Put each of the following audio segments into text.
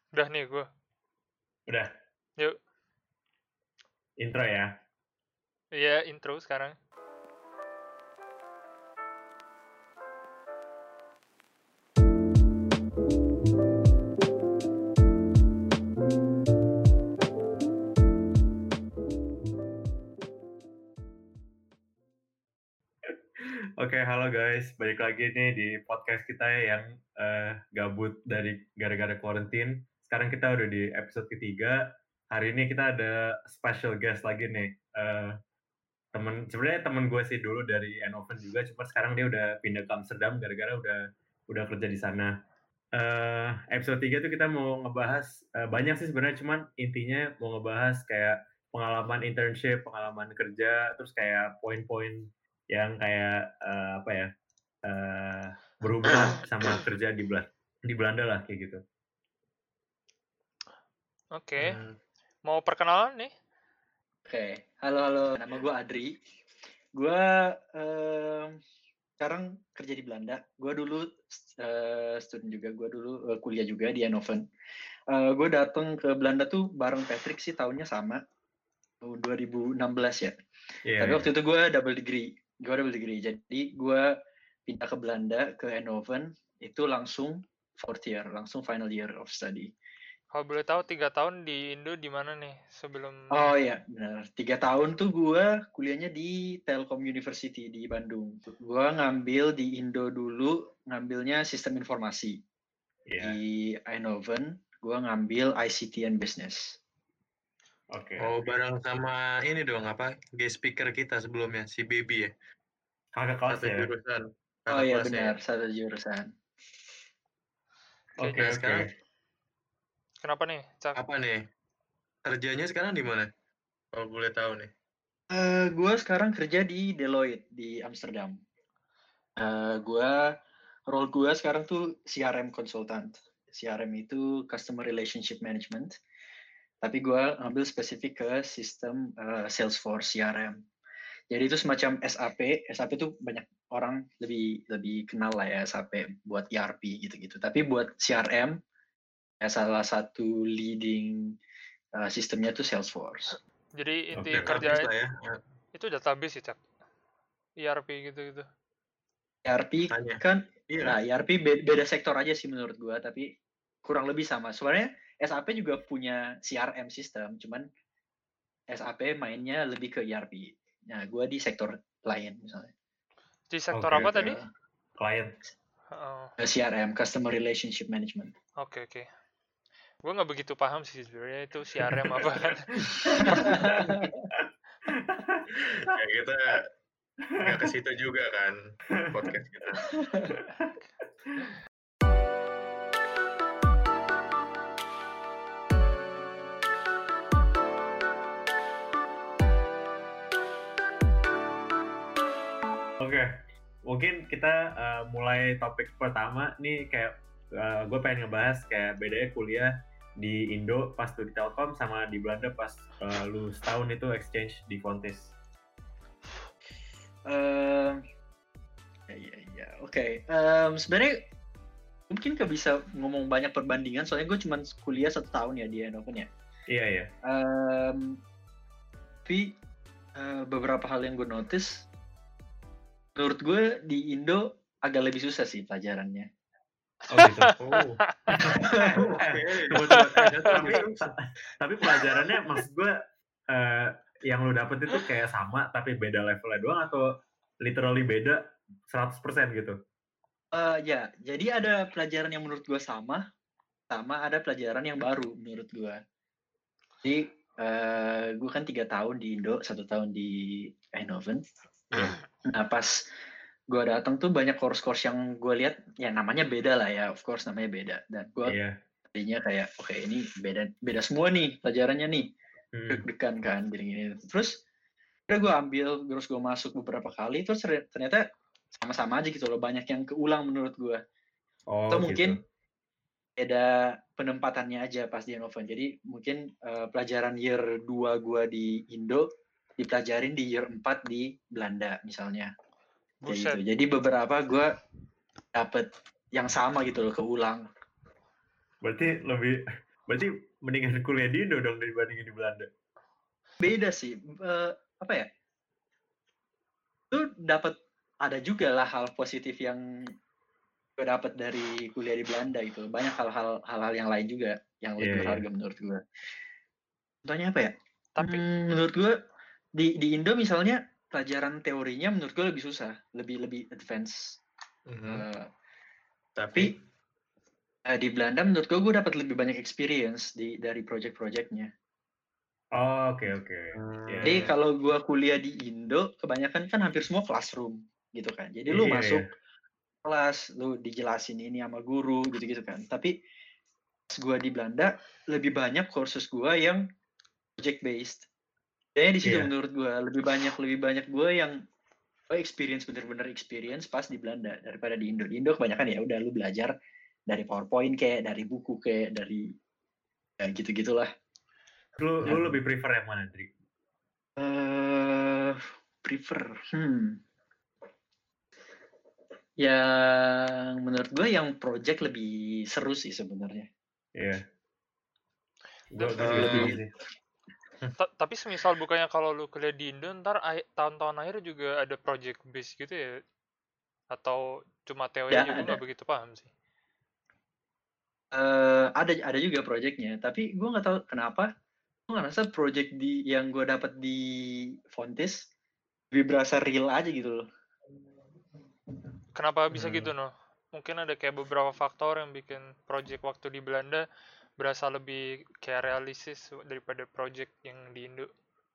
Udah nih gue. Udah, Yuk. intro ya. Iya, intro sekarang. Oke, halo guys. Balik lagi nih di podcast kita yang gabut dari gara-gara quarantine. Sekarang kita udah di episode ketiga. Hari ini kita ada special guest lagi nih. Sebenarnya temen gue sih dulu dari Eindhoven juga, cuma sekarang dia udah pindah ke Amsterdam gara-gara udah kerja di sana. Episode 3 tuh kita mau ngebahas banyak sih sebenarnya, cuman intinya mau ngebahas kayak pengalaman internship, pengalaman kerja, terus kayak poin-poin yang kayak apa ya, berhubungan sama kerja di Belanda lah kayak gitu. Oke. Mau perkenalan nih? Oke, halo, nama gue Adri. Gue sekarang kerja di Belanda. Gue dulu student juga, gue dulu kuliah juga di Eindhoven. Gue datang ke Belanda tuh bareng Patrick sih, tahunnya sama, tahun 2016 ya. Iya, Tapi iya. waktu itu gue double degree. Jadi gue pindah ke Belanda, ke Eindhoven, itu langsung fourth year, langsung final year of study. Kalau boleh tahu 3 tahun di Indo di mana nih sebelum? Oh iya, benar. 3 tahun tuh gue kuliahnya di Telkom University di Bandung. Gue ngambil di Indo dulu, ngambilnya sistem informasi. Iya. Di Eindhoven, gue ngambil ICT and Business. Oke. Oh, bareng sama ini dong, apa, guest speaker kita sebelumnya, si Baby ya? Kakak kelas Satu ya. jurusan. Oh Kakak iya kelasnya benar, ya? satu jurusan. Oke, Nah, oke. sekarang Kenapa nih, Cak? apa nih? Kerjanya sekarang di mana? Kalau boleh tahu nih. Gue sekarang kerja di Deloitte di Amsterdam. Role gue sekarang tuh CRM consultant. CRM itu Customer Relationship Management. Tapi gue ambil spesifik ke sistem Salesforce CRM. Jadi itu semacam SAP. SAP itu banyak orang lebih kenal lah ya SAP buat ERP gitu-gitu. Tapi buat CRM ya salah satu leading sistemnya itu Salesforce. Jadi inti Oke. Database kerjaan lah ya. itu database sih, Cak. ERP gitu-gitu. ERP Tanya. kan, Iya. nah ERP beda sektor aja sih menurut gue, tapi kurang lebih sama. Sebenarnya SAP juga punya CRM sistem, cuman SAP mainnya lebih ke ERP. Nah, gue di sektor lain misalnya. Di sektor Oke, apa oke. tadi? Klien. Oh, CRM, Customer Relationship Management. oke. Gue nggak begitu paham sih sebenarnya itu CRM apa kan. Ya, kita nggak ke situ juga kan podcast kita. Oke, mungkin kita mulai topik pertama nih kayak gue pengen ngebahas kayak bedanya kuliah di Indo pas tuh di Telkom sama di Belanda pas lu setahun itu exchange di Fontis. Ya, oke. Sebenarnya mungkin gak bisa ngomong banyak perbandingan, soalnya gue cuma kuliah 1 tahun ya di Eindhoven ya. Iya, iya. Tapi beberapa hal yang gue notice, menurut gue di Indo agak lebih susah sih pelajarannya. Oh gitu. Oh. Tapi pelajarannya maksud gue yang lu dapet itu kayak sama tapi beda levelnya doang atau literally beda 100% gitu? Ya, jadi ada pelajaran yang menurut gue sama ada pelajaran yang baru menurut gue. Jadi gue kan 3 tahun di Indo, 1 tahun di Eindhoven. Nah pas gue datang tuh banyak course-course yang gue lihat ya namanya beda lah ya, of course namanya beda. Dan gue tadinya kayak oke, ini beda semua nih pelajarannya nih, deg-degan kan gini-gini. Terus udah gue ambil, terus gue masuk beberapa kali, terus ternyata sama-sama aja gitu loh, banyak yang keulang menurut gue. Atau mungkin beda penempatannya aja pas di Eindhoven. Jadi mungkin pelajaran year 2 gue di Indo dipelajarin di year 4 di Belanda misalnya. Kayak gitu. Jadi beberapa gue dapet yang sama gitu loh, keulang. Berarti Berarti mendingan kuliah di Indo dong dibandingin di Belanda. Beda sih. Apa ya? Lu dapat ada juga lah hal positif yang gue dapat dari kuliah di Belanda itu. Banyak hal-hal yang lain juga yang lebih berharga menurut gue. Contohnya apa ya? Tapi Menurut gue di Indo misalnya pelajaran teorinya menurut gue lebih susah, lebih advance. Tapi di Belanda menurut gue dapat lebih banyak experience dari project-projectnya. Oh, oke. Jadi kalau gue kuliah di Indo, kebanyakan kan hampir semua classroom gitu kan. Jadi lu masuk kelas, lu dijelasin ini sama guru gitu-gitu kan. Tapi pas gue di Belanda, lebih banyak courses gue yang project based. Jadi di situ menurut gue lebih banyak gue yang bener-bener experience pas di Belanda daripada di Indo. Di Indo kebanyakan ya udah lu belajar dari PowerPoint kayak dari buku kayak dari ya gitu-gitulah. Lu lebih prefer yang mana, Dri? Prefer. Yang menurut gue yang project lebih seru sih sebenarnya. Iya. Gue juga setuju sih. Tapi semisal bukannya kalau lu kuliah di Indo ntar tahun-tahun akhir juga ada project base gitu ya? Atau cuma teori aja? Gue nggak begitu paham sih. Ada juga projectnya, tapi gue nggak tahu kenapa gue ngerasa project yang gue dapat di Fontis lebih berasa real aja gitu loh. Kenapa bisa gitu noh? Mungkin ada kayak beberapa faktor yang bikin project waktu di Belanda berasa lebih kayak realistis daripada project yang di Indo.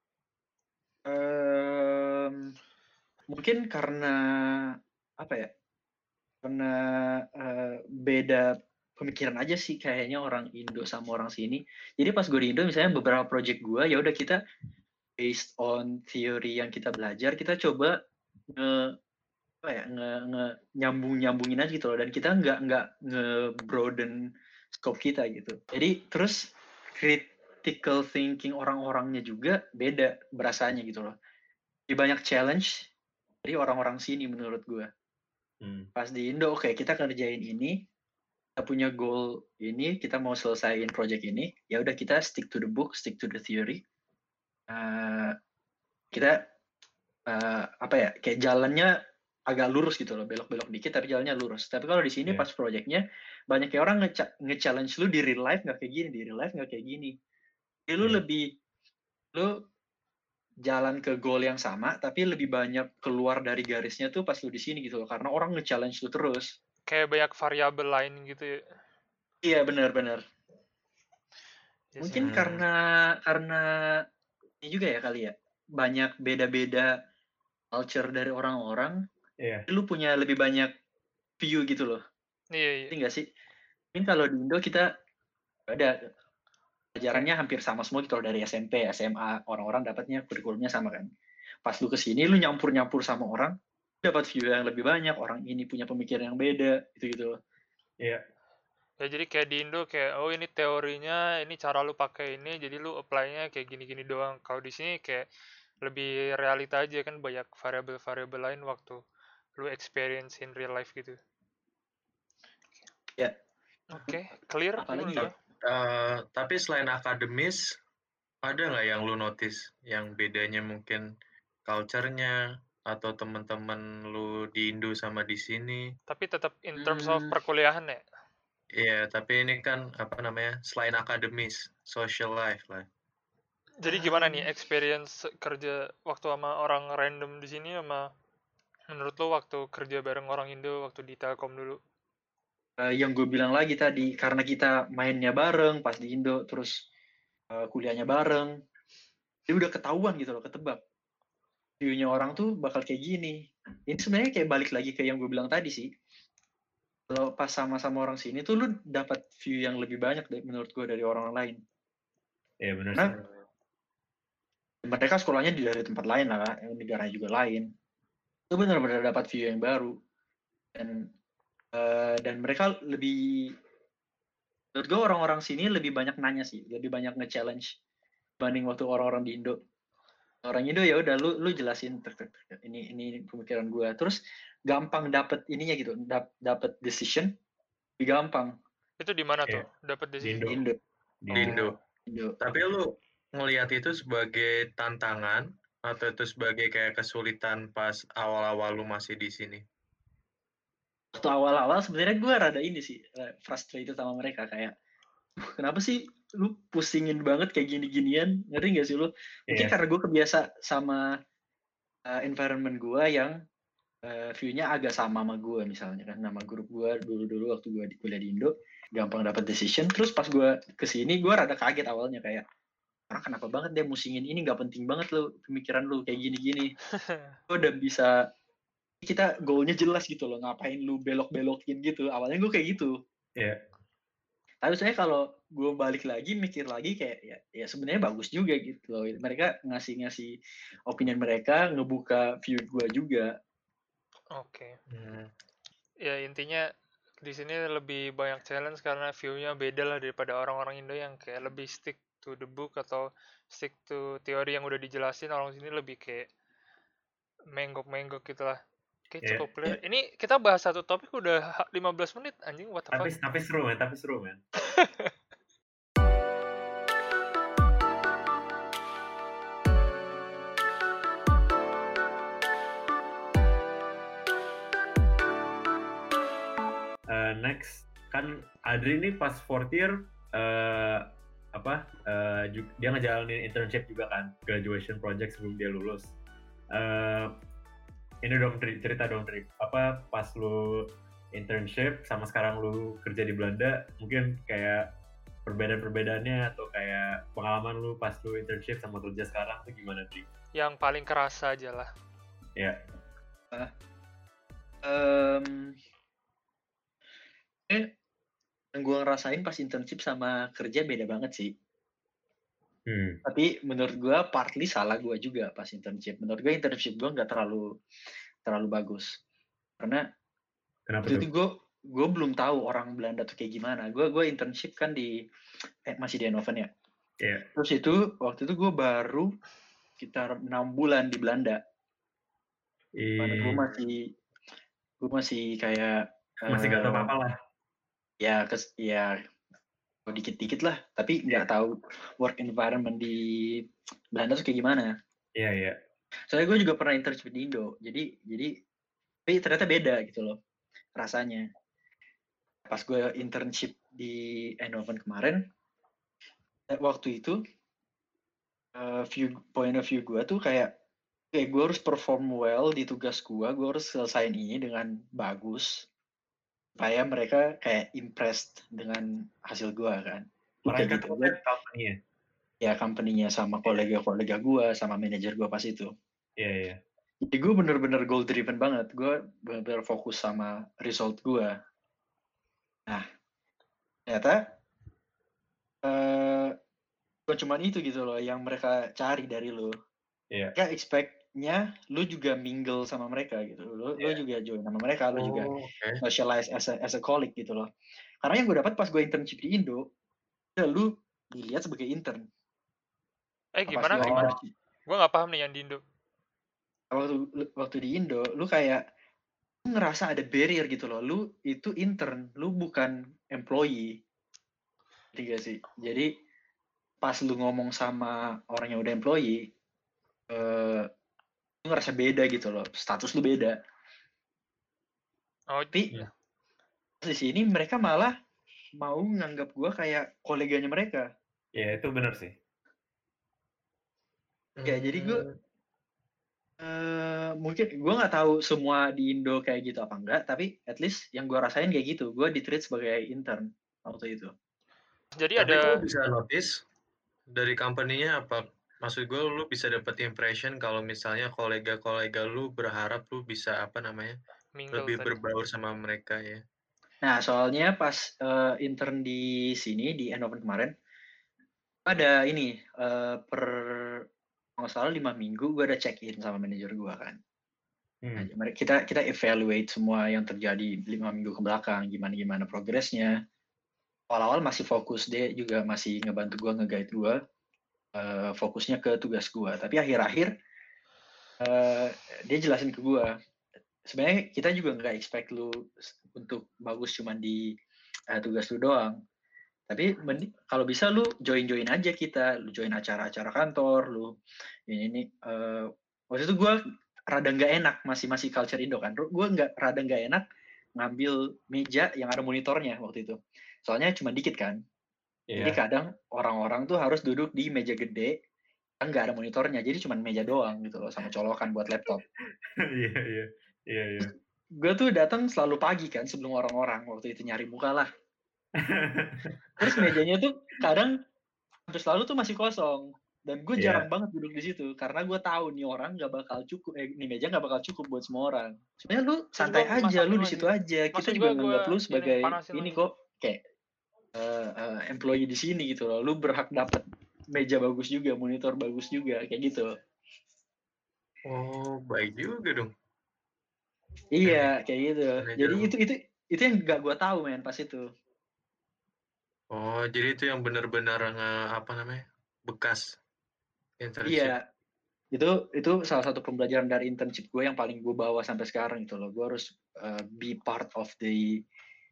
Mungkin karena apa ya? Karena beda pemikiran aja sih kayaknya orang Indo sama orang sini. Jadi pas gue di Indo misalnya beberapa project gue ya udah kita based on theory yang kita belajar, kita coba nyambungin aja gitu loh, dan kita nggak nge-broaden scope kita gitu. Jadi terus critical thinking orang-orangnya juga beda berasanya gitu loh. Lebih banyak challenge dari orang-orang sini menurut gue. Pas di Indo, oke, kita kerjain ini, kita punya goal ini, kita mau selesaiin project ini, ya udah kita stick to the book, stick to the theory. Kita apa ya, kayak jalannya agak lurus gitu loh, belok-belok dikit tapi jalannya lurus. Tapi kalau di sini pas projectnya banyak kayak orang nge-challenge lu di real life nggak kayak gini, di real life nggak kayak gini. Jadi lu jalan ke goal yang sama tapi lebih banyak keluar dari garisnya tuh pas lu di sini gitu loh, karena orang nge-challenge lu terus. Kayak banyak variabel lain gitu ya. Iya benar-benar. Yes, Mungkin karena ini juga ya kali ya, banyak beda-beda culture dari orang-orang. Lu punya lebih banyak view gitu loh. Iya. Nggak sih? Mungkin kalau di Indo kita ada pelajarannya hampir sama semua gitu loh, dari SMP, SMA, orang-orang dapatnya kurikulumnya sama kan. Pas lu kesini lu nyampur-nyampur sama orang, dapat view yang lebih banyak, orang ini punya pemikiran yang beda, gitu-gitu. Iya. Ya jadi kayak di Indo kayak oh ini teorinya, ini cara lu pakai ini, jadi lu apply-nya kayak gini-gini doang. Kalau di sini kayak lebih realita aja kan, banyak variabel-variabel lain waktu lu experience in real life gitu. Ya. Oke, clear. Apalagi ya? Tapi selain akademis, ada nggak yang lu notice yang bedanya mungkin culture-nya atau teman-teman lu di Indo sama di sini? Tapi tetap in terms of perkuliahan ya? Iya, tapi ini kan apa namanya, selain akademis, social life lah. Jadi gimana nih experience kerja waktu sama orang random di sini sama menurut lo waktu kerja bareng orang Indo waktu di Telkom dulu? Yang gue bilang lagi tadi, karena kita mainnya bareng pas di Indo, terus kuliahnya bareng, dia udah ketahuan gitu loh, ketebak. View-nya orang tuh bakal kayak gini. Ini sebenarnya kayak balik lagi ke yang gue bilang tadi sih. Kalau pas sama-sama orang sini tuh lu dapat view yang lebih banyak menurut gue dari orang lain. Iya benar Karena sih. mereka sekolahnya dari tempat lain lah, negara juga lain. Itu benar-benar dapat view yang baru. Dan mereka lebih, menurut gue orang-orang sini lebih banyak nanya sih, lebih banyak nge-challenge dibanding waktu orang-orang di Indo. Orang Indo ya udah lu jelasin ini pemikiran gue, terus gampang dapet ininya gitu, dapet decision lebih gampang. Itu di mana tuh dapat decision? Di Indo. di di Indo. Indo. Tapi lu ngelihat itu sebagai tantangan atau itu sebagai kayak kesulitan pas awal-awal lu masih di sini? Waktu awal-awal sebenarnya gue rada ini sih frustrated sama mereka kayak kenapa sih lu pusingin banget kayak gini-ginian, ngerti gak sih lu? Mungkin Iya. karena gue kebiasa sama environment gue yang view-nya agak sama gue misalnya kan, nama grup gue dulu waktu gue kuliah di Indo gampang dapat decision, terus pas gue kesini gue rada kaget awalnya kayak orang kenapa banget dia musingin ini, nggak penting banget lu pemikiran lu kayak gini-gini. Gue udah bisa, kita goalnya jelas gitu loh, ngapain lu belok-belokin gitu, awalnya gue kayak gitu. Iya. Tapi saya kalau gue balik lagi mikir lagi kayak ya sebenarnya bagus juga gitu loh, mereka ngasih opinion mereka, ngebuka view gue juga. Oke. Ya intinya di sini lebih banyak challenge karena view-nya beda lah daripada orang-orang Indo yang kayak lebih stick to the book atau stick to teori yang udah dijelasin. Orang sini lebih kayak menggok-menggok gitu lah. Oke, Iya. cukup clear. Ini kita bahas satu topik udah 15 menit, anjing, what the fuck. Tapi seru men. Next kan Adri ini pas fourth year dia ngejalanin internship juga kan, graduation project sebelum dia lulus. Ini dong cerita dong Tri, apa pas lu internship sama sekarang lu kerja di Belanda, mungkin kayak perbedaan-perbedaannya atau kayak pengalaman lu pas lu internship sama kerja sekarang tuh gimana Tri? Yang paling kerasa aja lah. Ya. Yang gue ngerasain pas internship sama kerja beda banget sih. Tapi menurut gue partly salah gue juga pas internship. Menurut gue internship gue nggak terlalu bagus. Karena waktu itu gue belum tahu orang Belanda tuh kayak gimana. Gue internship kan masih di Eindhoven ya. Yeah. Terus waktu itu gue baru sekitar 6 bulan di Belanda. Gue masih kayak masih gak tahu apa-apa lah. Ya dikit-dikit lah, tapi nggak tahu work environment di Belanda tuh kayak gimana. Iya. Soalnya gue juga pernah internship di Indo, jadi tapi ternyata beda gitu loh rasanya. Pas gue internship di Eindhoven kemarin, waktu itu point of view gue tuh kayak gue harus perform well di tugas gue harus selesaiin ini dengan bagus supaya mereka kayak impressed dengan hasil gue kan. Mereka gitu. Company-nya? Ya company-nya sama kolega-kolega gue, sama manajer gue pas itu. Iya. Jadi gue bener-bener goal driven banget. Gue bener-bener fokus sama result gue. Nah, ternyata bukan cuma itu gitu loh yang mereka cari dari lo. Iya. Mereka expect-nya lu juga mingle sama mereka gitu. Lu juga join sama mereka, lu juga socialize as a colleague gitu loh. Karena yang gue dapat pas gue internship di Indo, lu dilihat sebagai intern. Gimana? Gue nggak paham nih yang di Indo. Waktu di Indo, lu kayak ngerasa ada barrier gitu loh. Lu itu intern, lu bukan employee. Tiga sih. Jadi pas lu ngomong sama orang yang udah employee, lu ngerasa beda gitu loh. Status lu beda. Tapi di sini mereka malah mau nganggap gue kayak koleganya mereka. Ya itu benar sih. Ya jadi gue mungkin gue nggak tahu semua di Indo kayak gitu apa enggak, tapi at least yang gue rasain kayak gitu. Gue di-treat sebagai intern waktu itu. Jadi tapi lu bisa notice dari company-nya apa? Maksud gue lu bisa dapat impression kalau misalnya kolega-kolega lu berharap lu bisa lebih berbaur sama mereka ya. Nah, soalnya pas intern di sini di Eindhoven kemarin ada ini nggak salah 5 minggu gue ada check in sama manajer gue kan. Nah, kita evaluate semua yang terjadi 5 minggu ke belakang, gimana progresnya. Awal-awal masih fokus, dia juga masih ngebantu gue, nge-guide gue, fokusnya ke tugas gue. Tapi akhir-akhir dia jelasin ke gue, sebenarnya kita juga nggak expect lu untuk bagus cuma di tugas lu doang. Tapi kalau bisa lu join aja kita, lu join acara-acara kantor, lu ini waktu itu gue rada nggak enak masih culture Indo kan, gue rada nggak enak ngambil meja yang ada monitornya waktu itu, soalnya cuma dikit kan. Jadi kadang orang-orang tuh harus duduk di meja gede, kan nggak ada monitornya, jadi cuma meja doang gitu loh sama colokan buat laptop. Iya. Gue tuh datang selalu pagi kan sebelum orang-orang waktu itu nyari muka lah. Terus mejanya tuh kadang hampir selalu tuh masih kosong. Dan gue jarang banget duduk di situ karena gue tahu nih orang nggak bakal cukup, nih meja nggak bakal cukup buat semua orang. Sebenarnya lu santai aja, lu di situ aja. Kita juga nganggap lu sebagai ini kok kayak employee di sini gitu loh. Lu berhak dapat meja bagus juga, monitor bagus juga, kayak gitu. Oh, baik juga dong. Iya, kayak gitu. Jadi itu yang nggak gue tahu men pas itu. Oh, jadi itu yang benar-benar bekas internship. Iya, itu salah satu pembelajaran dari internship gue yang paling gue bawa sampai sekarang gitu loh. Gue harus be part of the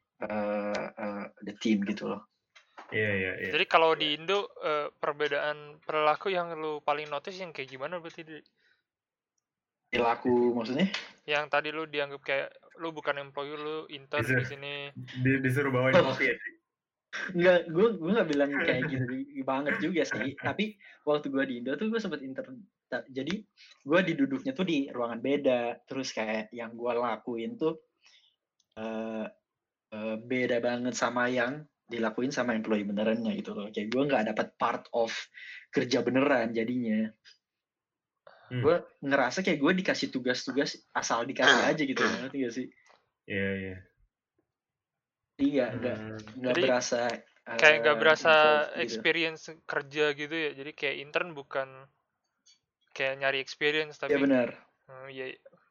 team gitu loh. Iya. Jadi kalau di Indo perbedaan perilaku yang lu paling notice yang kayak gimana berarti? Perilaku maksudnya? Yang tadi lu dianggap kayak lu bukan employee, lu intern di sini. Disuruh bawain kopi ya? Enggak, gue nggak bilang kayak gitu banget juga sih. Tapi waktu gue di Indo tuh gue sempet intern. Jadi gue diduduknya tuh di ruangan beda. Terus kayak yang gue lakuin tuh beda banget sama yang dilakuin sama employee benerannya gitu loh. Kayak gue nggak dapat part of kerja beneran jadinya. Gue ngerasa kayak gue dikasih tugas-tugas asal dikasih aja gitu, ngerti gak sih? Iya. Iya, nggak berasa kayak nggak berasa gitu. experience kerja gitu ya. Jadi kayak intern bukan kayak nyari experience tapi. Iya benar. Iya.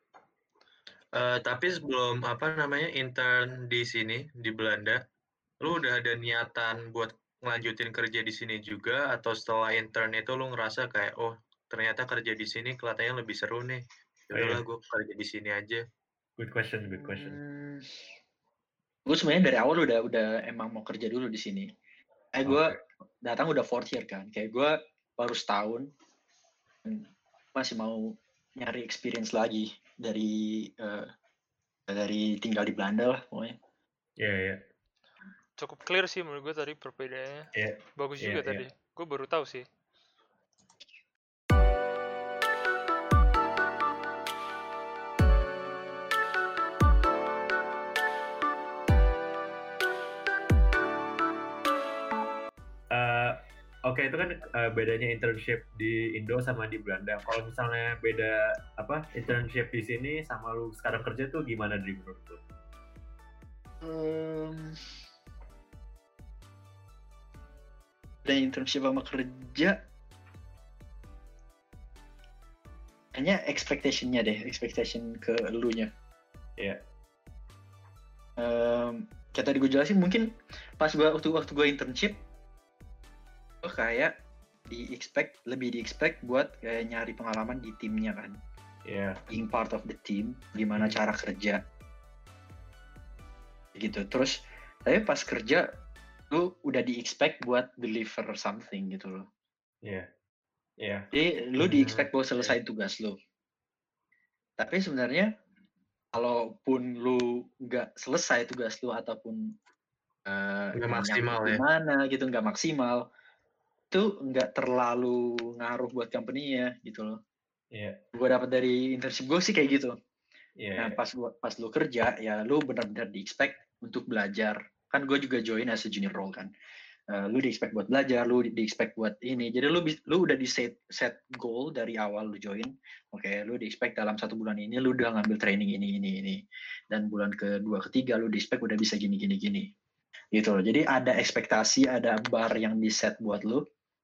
Tapi sebelum intern di sini di Belanda, lu udah ada niatan buat ngelanjutin kerja di sini juga, atau setelah intern itu lu ngerasa kayak ternyata kerja di sini kelihatannya lebih seru nih, udahlah gue kerja di sini aja. Good question. Gue sebenarnya dari awal udah emang mau kerja dulu di sini. Gue datang udah 4th year kan, kayak gue baru setahun masih mau nyari experience lagi dari tinggal di Belanda lah pokoknya. Iya. Cukup clear sih menurut gue tadi perbedaannya. Bagus juga tadi. Gue baru tahu sih. Oke, itu kan bedanya internship di Indo sama di Belanda. Kalau misalnya beda internship di sini sama lu sekarang kerja tuh gimana dari menurut lu? Dan internship sama kerja kayaknya expectation ke elunya. Iya. Kayak tadi gue jelasin, mungkin pas waktu gue internship gue kayak lebih di expect buat kayak nyari pengalaman di timnya kan. Being part of the team, gimana cara kerja gitu. Terus tapi pas kerja lu udah di expect buat deliver something gitu loh. Jadi lu di expect buat selesai tugas lu. Tapi sebenarnya kalaupun lu nggak selesai tugas lu ataupun nggak maksimal gimana gitu, nggak maksimal, itu nggak terlalu ngaruh buat company-nya gitu loh. Gue dapat dari internship gue sih kayak gitu. Nah pas lu kerja ya lu benar-benar di expect untuk belajar. Kan gue juga join as a junior role kan. Lu di expect buat belajar, lu di expect buat ini. Jadi lu udah di set goal dari awal lu join. Oke, lu di expect dalam 1 bulan ini lu udah ngambil training ini. Dan bulan kedua, ketiga lu di expect udah bisa gini. Gitu loh. Jadi ada ekspektasi, ada bar yang di set buat lu.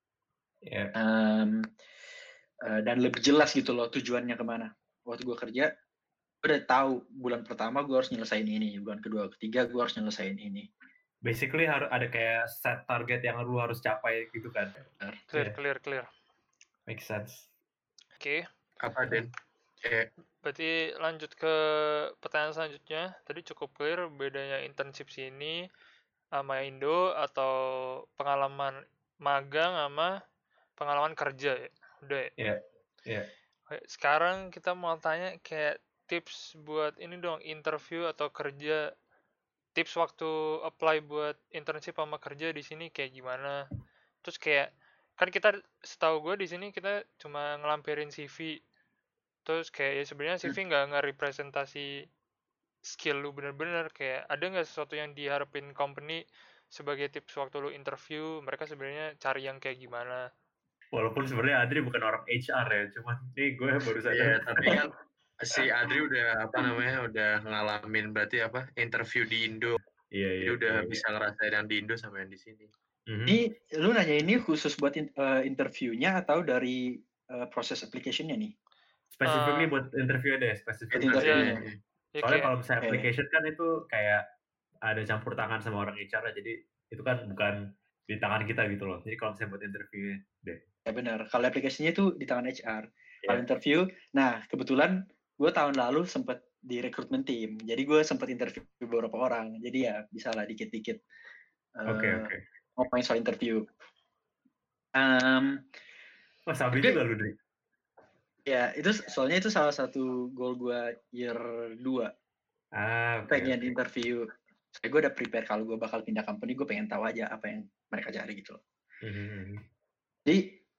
Dan lebih jelas gitu loh tujuannya kemana. Waktu gue kerja, gue udah tahu bulan pertama gue harus nyelesain ini, bulan kedua, ketiga gue harus nyelesain ini. Basically harus ada kayak set target yang lu harus capai gitu kan. Clear. Make sense. Oke. Apa Den? Berarti lanjut ke pertanyaan selanjutnya. Tadi cukup clear bedanya internship sini sama Indo atau pengalaman magang sama pengalaman kerja ya? Udah ya? Iya, iya. Oke, sekarang kita mau tanya kayak tips buat ini dong, interview atau kerja. Tips waktu apply buat internship sama kerja di sini kayak gimana? Terus kayak kan kita setahu gue di sini kita cuma ngelampirin CV. Terus kayak ya sebenarnya CV nggak ngerepresentasi skill lu bener-bener, kayak ada nggak sesuatu yang diharapin company sebagai tips waktu lu interview, mereka sebenarnya cari yang kayak gimana? Walaupun sebenarnya Adri bukan orang HR ya, cuman ini gue baru Iya, sadar. tapi kan si Adri udah udah ngalamin berarti interview di Indo. Iya, Jadi iya. udah iya. bisa ngerasain yang di Indo sama yang di sini. Ini lu nanya ini khusus buat interviewnya atau dari proses application-nya nih? Specifically buat interview deh, specific Interviewnya. Ya Soalnya kayak kalau misalnya application kan itu kayak ada campur tangan sama orang HR, jadi itu kan bukan di tangan kita gitu loh. Jadi kalau misalnya buat interview deh. Ya benar. Kalau aplikasinya itu di tangan HR. Kalau Iya. interview, nah kebetulan gue tahun lalu sempat di recruitment team. Jadi gue sempat interview beberapa orang. Jadi ya bisa lah dikit-dikit Oke. ngomongin soal interview. Wah, Sabri Oke. juga lu, Dri. Ya, itu soalnya itu salah satu goal gue year 2. Pengen interview. Saya gue udah prepare kalau gue bakal pindah company, gue pengen tahu aja apa yang mereka cari gitu loh. Jadi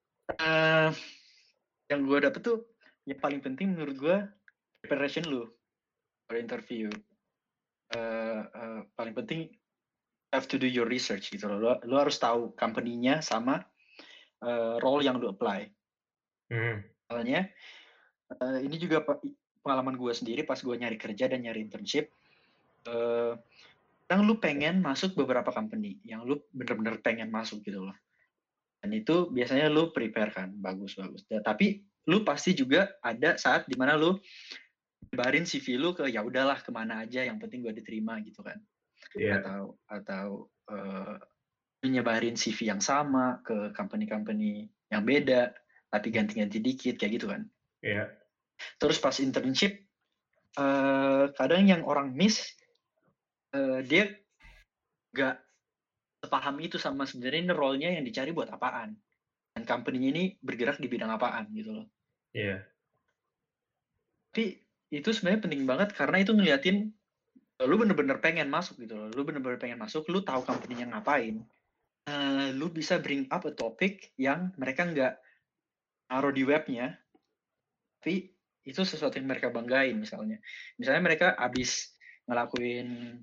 yang gue dapet tuh yang paling penting menurut gue preparation lu for interview. Paling penting have to do your research gitu loh. Lu harus tahu company-nya sama role yang lu apply. Soalnya ini juga pengalaman gue sendiri pas gue nyari kerja dan nyari internship. Yang lu pengen masuk beberapa company, yang lu bener-bener pengen masuk gitu loh. Dan itu biasanya lu prepare kan, bagus. Tapi lu pasti juga ada saat dimana lu nyebarin CV lu ke ya udahlah kemana aja, yang penting gue diterima gitu kan. Atau nyebarin CV yang sama ke company-company yang beda, tapi ganti-ganti dikit kayak gitu kan. Iya. Terus pas internship, kadang yang orang miss, dia gak sepaham itu sama sebenarnya role-nya yang dicari buat apaan. Dan company-nya ini bergerak di bidang apaan gitu loh. Iya. Tapi itu sebenarnya penting banget karena itu ngeliatin lu bener-bener pengen masuk gitu loh. Lu bener-bener pengen masuk, lu tahu company-nya ngapain. Lu bisa bring up a topic yang mereka nggak naruh di webnya, tapi itu sesuatu yang mereka banggain misalnya. Misalnya mereka abis ngelakuin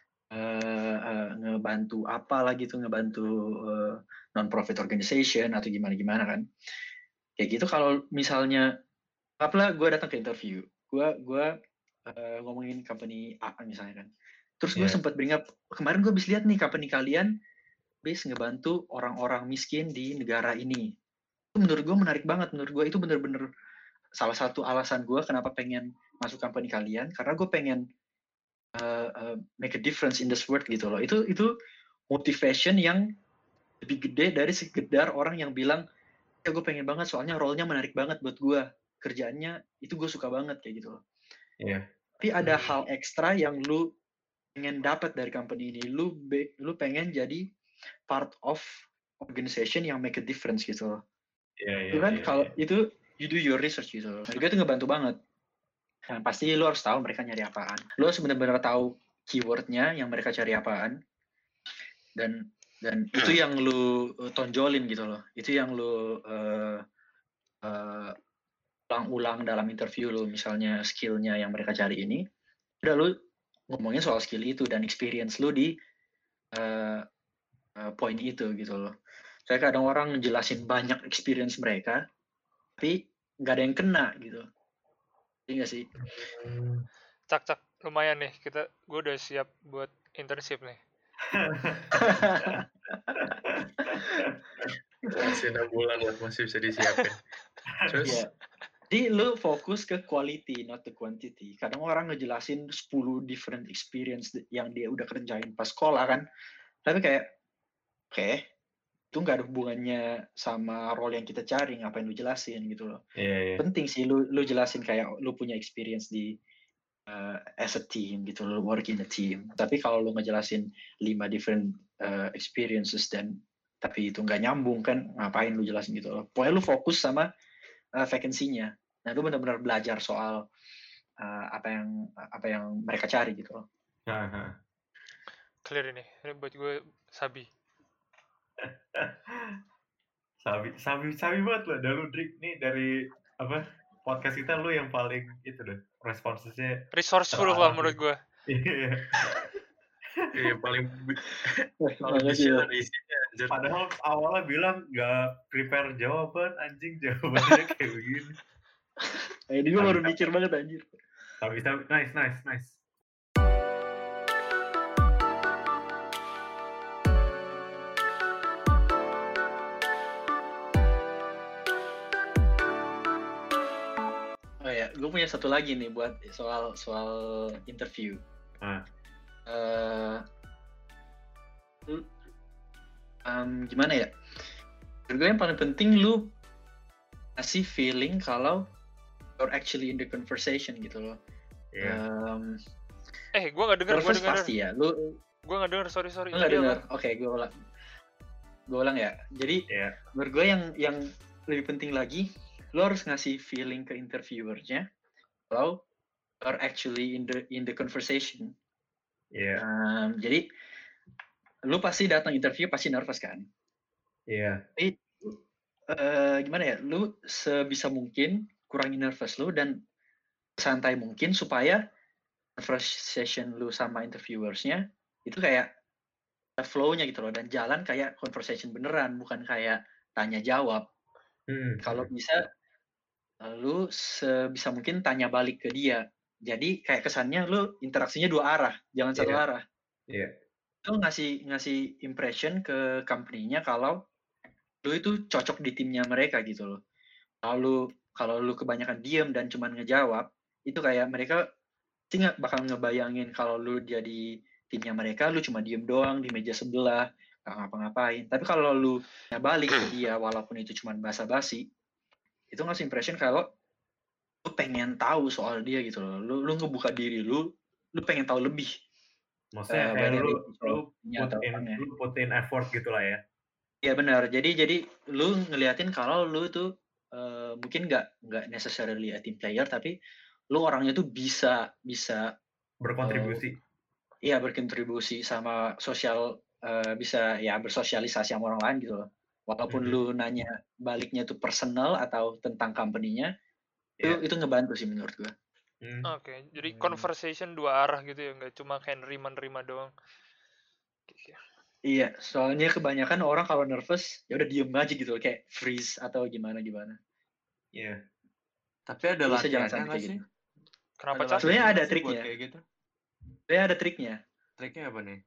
ngebantu apalah gitu, ngebantu non-profit organization atau gimana kan. Kayak gitu kalau misalnya, apalah gue datang ke interview, gue ngomongin company A misalnya kan. Terus gue sempat bring up, kemarin gue habis lihat nih company kalian habis ngebantu orang-orang miskin di negara ini. Itu menurut gue menarik banget, menurut gue itu bener-bener salah satu alasan gue kenapa pengen masuk company kalian, karena gue pengen make a difference in this world gitu loh. Itu motivation yang lebih gede dari sekedar orang yang bilang, ya gue pengen banget soalnya role-nya menarik banget buat gue, kerjaannya itu gue suka banget kayak gitu loh. Iya. Tapi ada hal ekstra yang lu pengen dapat dari company ini. Lu pengen jadi part of organization yang make a difference gitu loh. Itu kan kalau itu you do your research gitu loh. Mereka itu ngebantu banget. Nah, pasti lu harus tahu mereka nyari apaan. Lu harus benar-benar tahu keywordnya yang mereka cari apaan. Dan itu yang lu tonjolin gitu loh. Itu yang lu ulang-ulang dalam interview lu. Misalnya skillnya yang mereka cari ini, udah lu ngomongin soal skill itu dan experience lu di poin itu gitu loh. Saya kadang orang ngejelasin banyak experience mereka, tapi nggak ada yang kena gitu. Iya nggak sih? Cak, lumayan nih, gue udah siap buat internship nih. Masih 6 bulan lah, masih bisa disiapin. Terus? Yeah. Jadi lu fokus ke quality, not the quantity. Kadang orang ngejelasin 10 different experience yang dia udah kerjain pas sekolah kan. Tapi kayak, itu nggak ada hubungannya sama role yang kita cari, ngapain lu jelasin gitu loh. Iya. Penting sih lu jelasin kayak lu punya experience di as a team gitu, lu work in a team. Tapi kalau lu ngejelasin 5 different experiences tapi itu nggak nyambung kan, ngapain lu jelasin gitu loh. Pokoknya lu fokus sama vacancy-nya. Nah, lu benar-benar belajar soal apa yang mereka cari gitu loh. Clear ini buat gue sabi. sabi banget loh. Dan lu Drik nih dari apa podcast kita lu yang paling itu deh responsnya Resourceful lah terarah menurut gitu. gue. Iya, paling Makasih ya. bisa isinya. Anjir. Padahal awalnya bilang nggak prepare jawaban, anjing jawabannya kayak begini. Ini gue baru mikir banget anjir. Tapi nice. Oh ya, gue punya satu lagi nih buat soal interview. Gimana ya? Menurut gue yang paling penting lu kasih feeling kalau you're actually in the conversation gitu loh. Gue nggak dengar. Pasti ya, lu. Gue nggak dengar, sorry. Lu nggak dengar? Oke, gue ulang ya. Jadi menurut gue yang lebih penting lagi, lu harus ngasih feeling ke interviewernya kalau you're actually in the conversation. Jadi lu pasti datang interview pasti nervous kan? Tapi gimana ya? Lu sebisa mungkin kurangin nervous lu dan santai mungkin supaya conversation lu sama interviewersnya itu kayak flow-nya gitu loh, dan jalan kayak conversation beneran, bukan kayak tanya jawab. Kalau bisa lu sebisa mungkin tanya balik ke dia. Jadi kayak kesannya lu interaksinya 2 arah, jangan 1 arah. Lu ngasih impression ke company-nya kalau lu itu cocok di timnya mereka gitu loh. Kalau lu kebanyakan diem dan cuman ngejawab, itu kayak mereka pasti bakal ngebayangin kalau lu jadi timnya mereka, lu cuma diem doang di meja sebelah, gak ngapa-ngapain. Tapi kalau lu balik ke dia walaupun itu cuma basa-basi, itu ngasih impression kalau lu pengen tahu soal dia gitu loh. Lu ngebuka diri lu pengen tahu lebih. Maksudnya kayak lu put in effort gitu lah ya. Iya benar. Jadi lu ngeliatin kalau lu tuh mungkin nggak necessarily a team player, tapi lu orangnya tuh bisa berkontribusi. Iya, berkontribusi sama sosial, bisa ya bersosialisasi sama orang lain gitu loh. Walaupun lu nanya baliknya tuh personal atau tentang company-nya, itu ngebantu sih menurut gua. Oke, jadi conversation 2 arah gitu ya, nggak cuma kayak nerima doang. Iya, soalnya kebanyakan orang kalau nervous ya udah diem aja gitu loh, kayak freeze atau gimana. Iya. Tapi ada latihannya nggak sih? Gitu. Kenapa Cak? Sebenarnya ada triknya. Kayak gitu. Sebenarnya ada triknya. Triknya apa nih?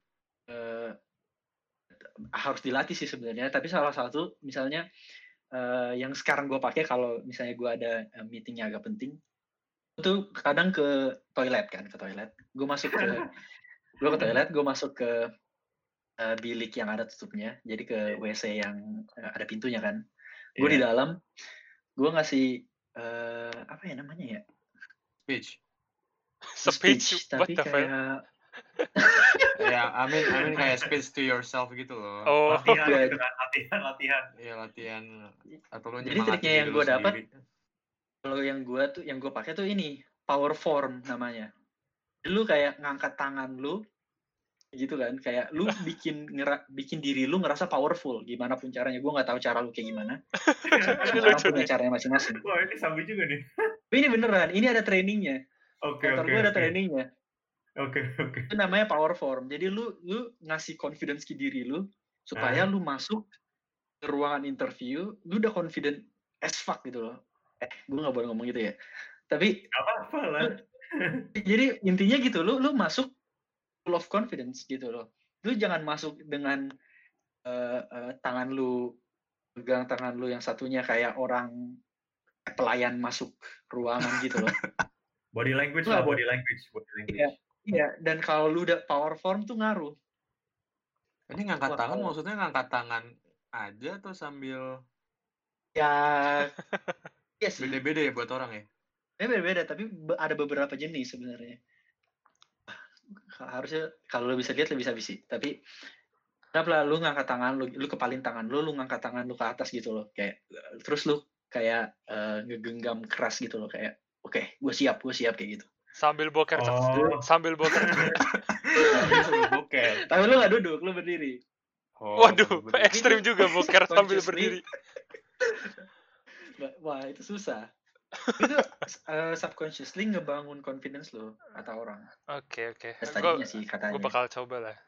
Harus dilatih sih sebenarnya, tapi salah satu misalnya yang sekarang gue pakai kalau misalnya gue ada meetingnya agak penting, itu kadang ke toilet. Gue ke toilet, gue masuk ke bilik yang ada tutupnya, jadi ke WC yang ada pintunya kan. Gue di dalam, gue ngasih apa ya namanya ya? Speech, tapi kayak ya, amin kayak speech to yourself gitu loh. Latihan. Iya, latihan. Atau lo jadi triknya yang gue dapat, kalau yang gue pakai tuh ini power form namanya. Lu kayak ngangkat tangan lu gitu kan, kayak lu bikin diri lu ngerasa powerful gimana pun caranya. Gue nggak tahu cara lu kayak gimana. Orang punya caranya masing-masing. Wah, ini sambil juga nih. Tapi ini beneran, ini ada trainingnya. Kantor gue ada trainingnya. Oke. Itu namanya power form. Jadi lu ngasih confidence ke diri lu supaya lu masuk ke ruangan interview, lu udah confident as fuck gitu loh. Gue nggak boleh ngomong gitu ya. Tapi nggak apa-apa lah. Jadi intinya gitu, lu masuk full of confidence gitu loh. Lu jangan masuk dengan tangan lu, pegang tangan lu yang satunya kayak orang pelayan masuk ruangan gitu loh. Body language lah, body language. Iya, dan kalau lu udah power form tuh ngaruh. Ini ngangkat tangan maksudnya ngangkat tangan aja atau sambil? Ya, iya sih. Beda-beda ya buat orang ya? Beda-beda, tapi ada beberapa jenis sebenarnya. harusnya kalau lu bisa lihat lu bisa sih. Tapi kenapa lu ngangkat tangan lu kepalin tangan lu ngangkat tangan lu ke atas gitu loh. Kayak terus lu kayak ngegenggam keras gitu loh kayak oke, gue siap kayak gitu. Sambil boker, Oh, sambil boker. Sambil boker. Tapi lu nggak duduk, lu berdiri. Oh, Waduh, sambil berdiri. ekstrim juga boker sambil Consciously. berdiri. Wah, itu susah. Itu subconsciously ngebangun confidence lo kata orang. Oke. Tadinya sih katanya. Gue bakal coba lah.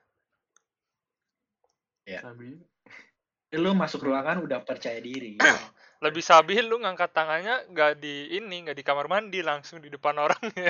Ya. Sambil. Lu masuk ruangan udah percaya diri. Lebih sabi lu ngangkat tangannya nggak di kamar mandi, langsung di depan orangnya.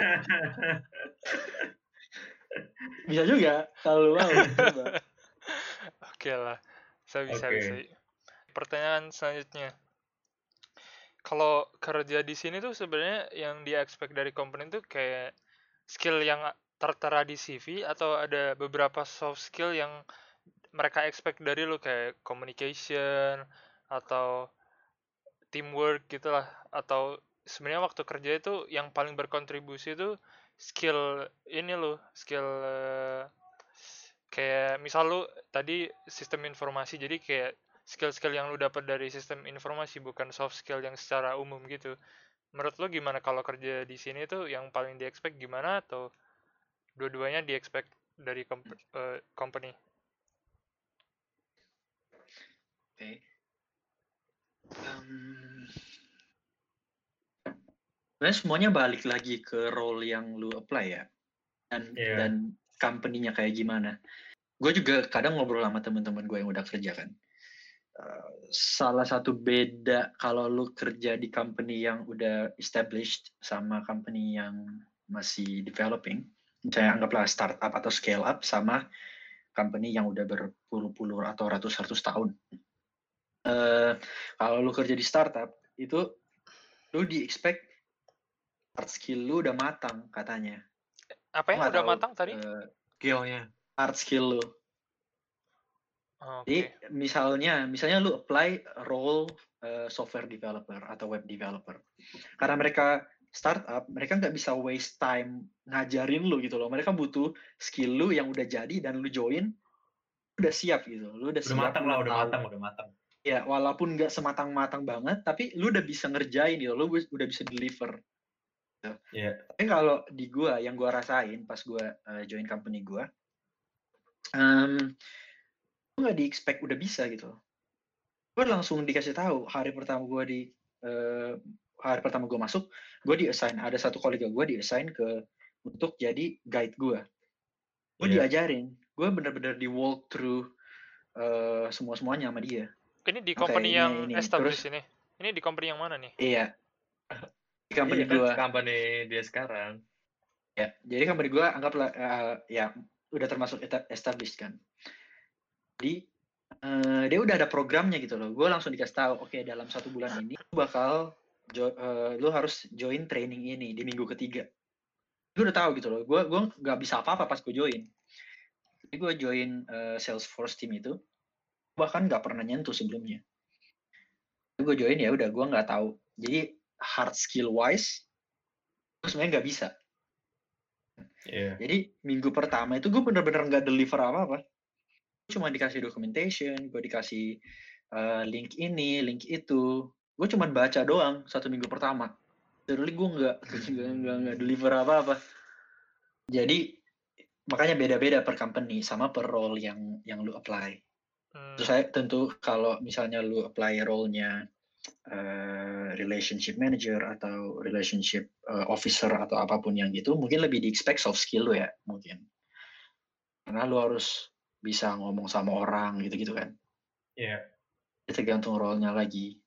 Bisa juga kalau lu mau coba. Oke lah, saya bisa. Oke. Pertanyaan selanjutnya, kalau kerja di sini tuh sebenarnya yang dia expect dari company tuh kayak skill yang tertera di CV atau ada beberapa soft skill yang mereka expect dari lu kayak communication atau teamwork gitulah, atau sebenarnya waktu kerja itu yang paling berkontribusi itu skill ini lo, skill kayak misal lu tadi sistem informasi, jadi kayak skill-skill yang lu dapat dari sistem informasi, bukan soft skill yang secara umum gitu. Menurut lu gimana kalau kerja di sini tuh yang paling di-expect gimana, atau dua-duanya di-expect dari company? Oke. Sebenarnya semuanya balik lagi ke role yang lu apply ya. Dan company-nya kayak gimana. Gue juga kadang ngobrol sama teman-teman gue yang udah kerja kan. Salah satu beda kalau lu kerja di company yang udah established sama company yang masih developing, misalnya anggaplah startup atau scale up, sama company yang udah berpuluh-puluh atau ratus-ratus tahun. Kalau lu kerja di startup itu lu di-expect hard skill lu udah matang katanya. Apa yang udah matang tadi? Skillnya. Hard skill lu. Jadi misalnya lu apply role software developer atau web developer. Karena mereka startup, mereka nggak bisa waste time ngajarin lu gitu loh. Mereka butuh skill lu yang udah jadi dan lu join, udah siap gitu. Lu udah siap. Udah matang. Ya, walaupun nggak sematang-matang banget, tapi lu udah bisa ngerjain gitu. Lu udah bisa deliver. Gitu. Yeah. Tapi kalau di gua, yang gua rasain pas gua join company gua, gue nggak di-expect udah bisa gitu. Gue langsung dikasih tahu hari pertama gue masuk, gue di-assign, ada satu kolega gue di-assign untuk jadi guide gue. Gue diajarin, gue bener-bener di-walk through semuanya sama dia. Ini di company yang established ini? Ini di company yang mana nih? Iya. Di company gue. Company dia sekarang. Ya, jadi company gue anggaplah ya udah termasuk established kan. Jadi dia udah ada programnya gitu loh. Gue langsung dikasih tahu, oke, dalam 1 bulan ini lu harus join training ini di minggu ketiga. Gue udah tahu gitu loh. Gue nggak bisa apa-apa pas gue join. Jadi gue join Salesforce team itu, bahkan nggak pernah nyentuh sebelumnya. Gue join ya udah, gue nggak tahu. Jadi hard skill wise, gue sebenarnya nggak bisa. Yeah. Jadi minggu pertama itu gue bener-bener nggak deliver apa-apa. Cuma dikasih documentation, gue dikasih link ini, link itu. Gue cuma baca doang 1 minggu pertama. Literally gue nggak deliver apa-apa. Jadi makanya beda-beda per company sama per role yang lu apply. Terus saya tentu kalau misalnya lu apply role-nya relationship manager atau relationship officer atau apapun yang gitu, mungkin lebih di-expect soft skill lu ya mungkin. Karena lu harus bisa ngomong sama orang gitu-gitu kan. Iya. Yeah. Tergantung role-nya lagi.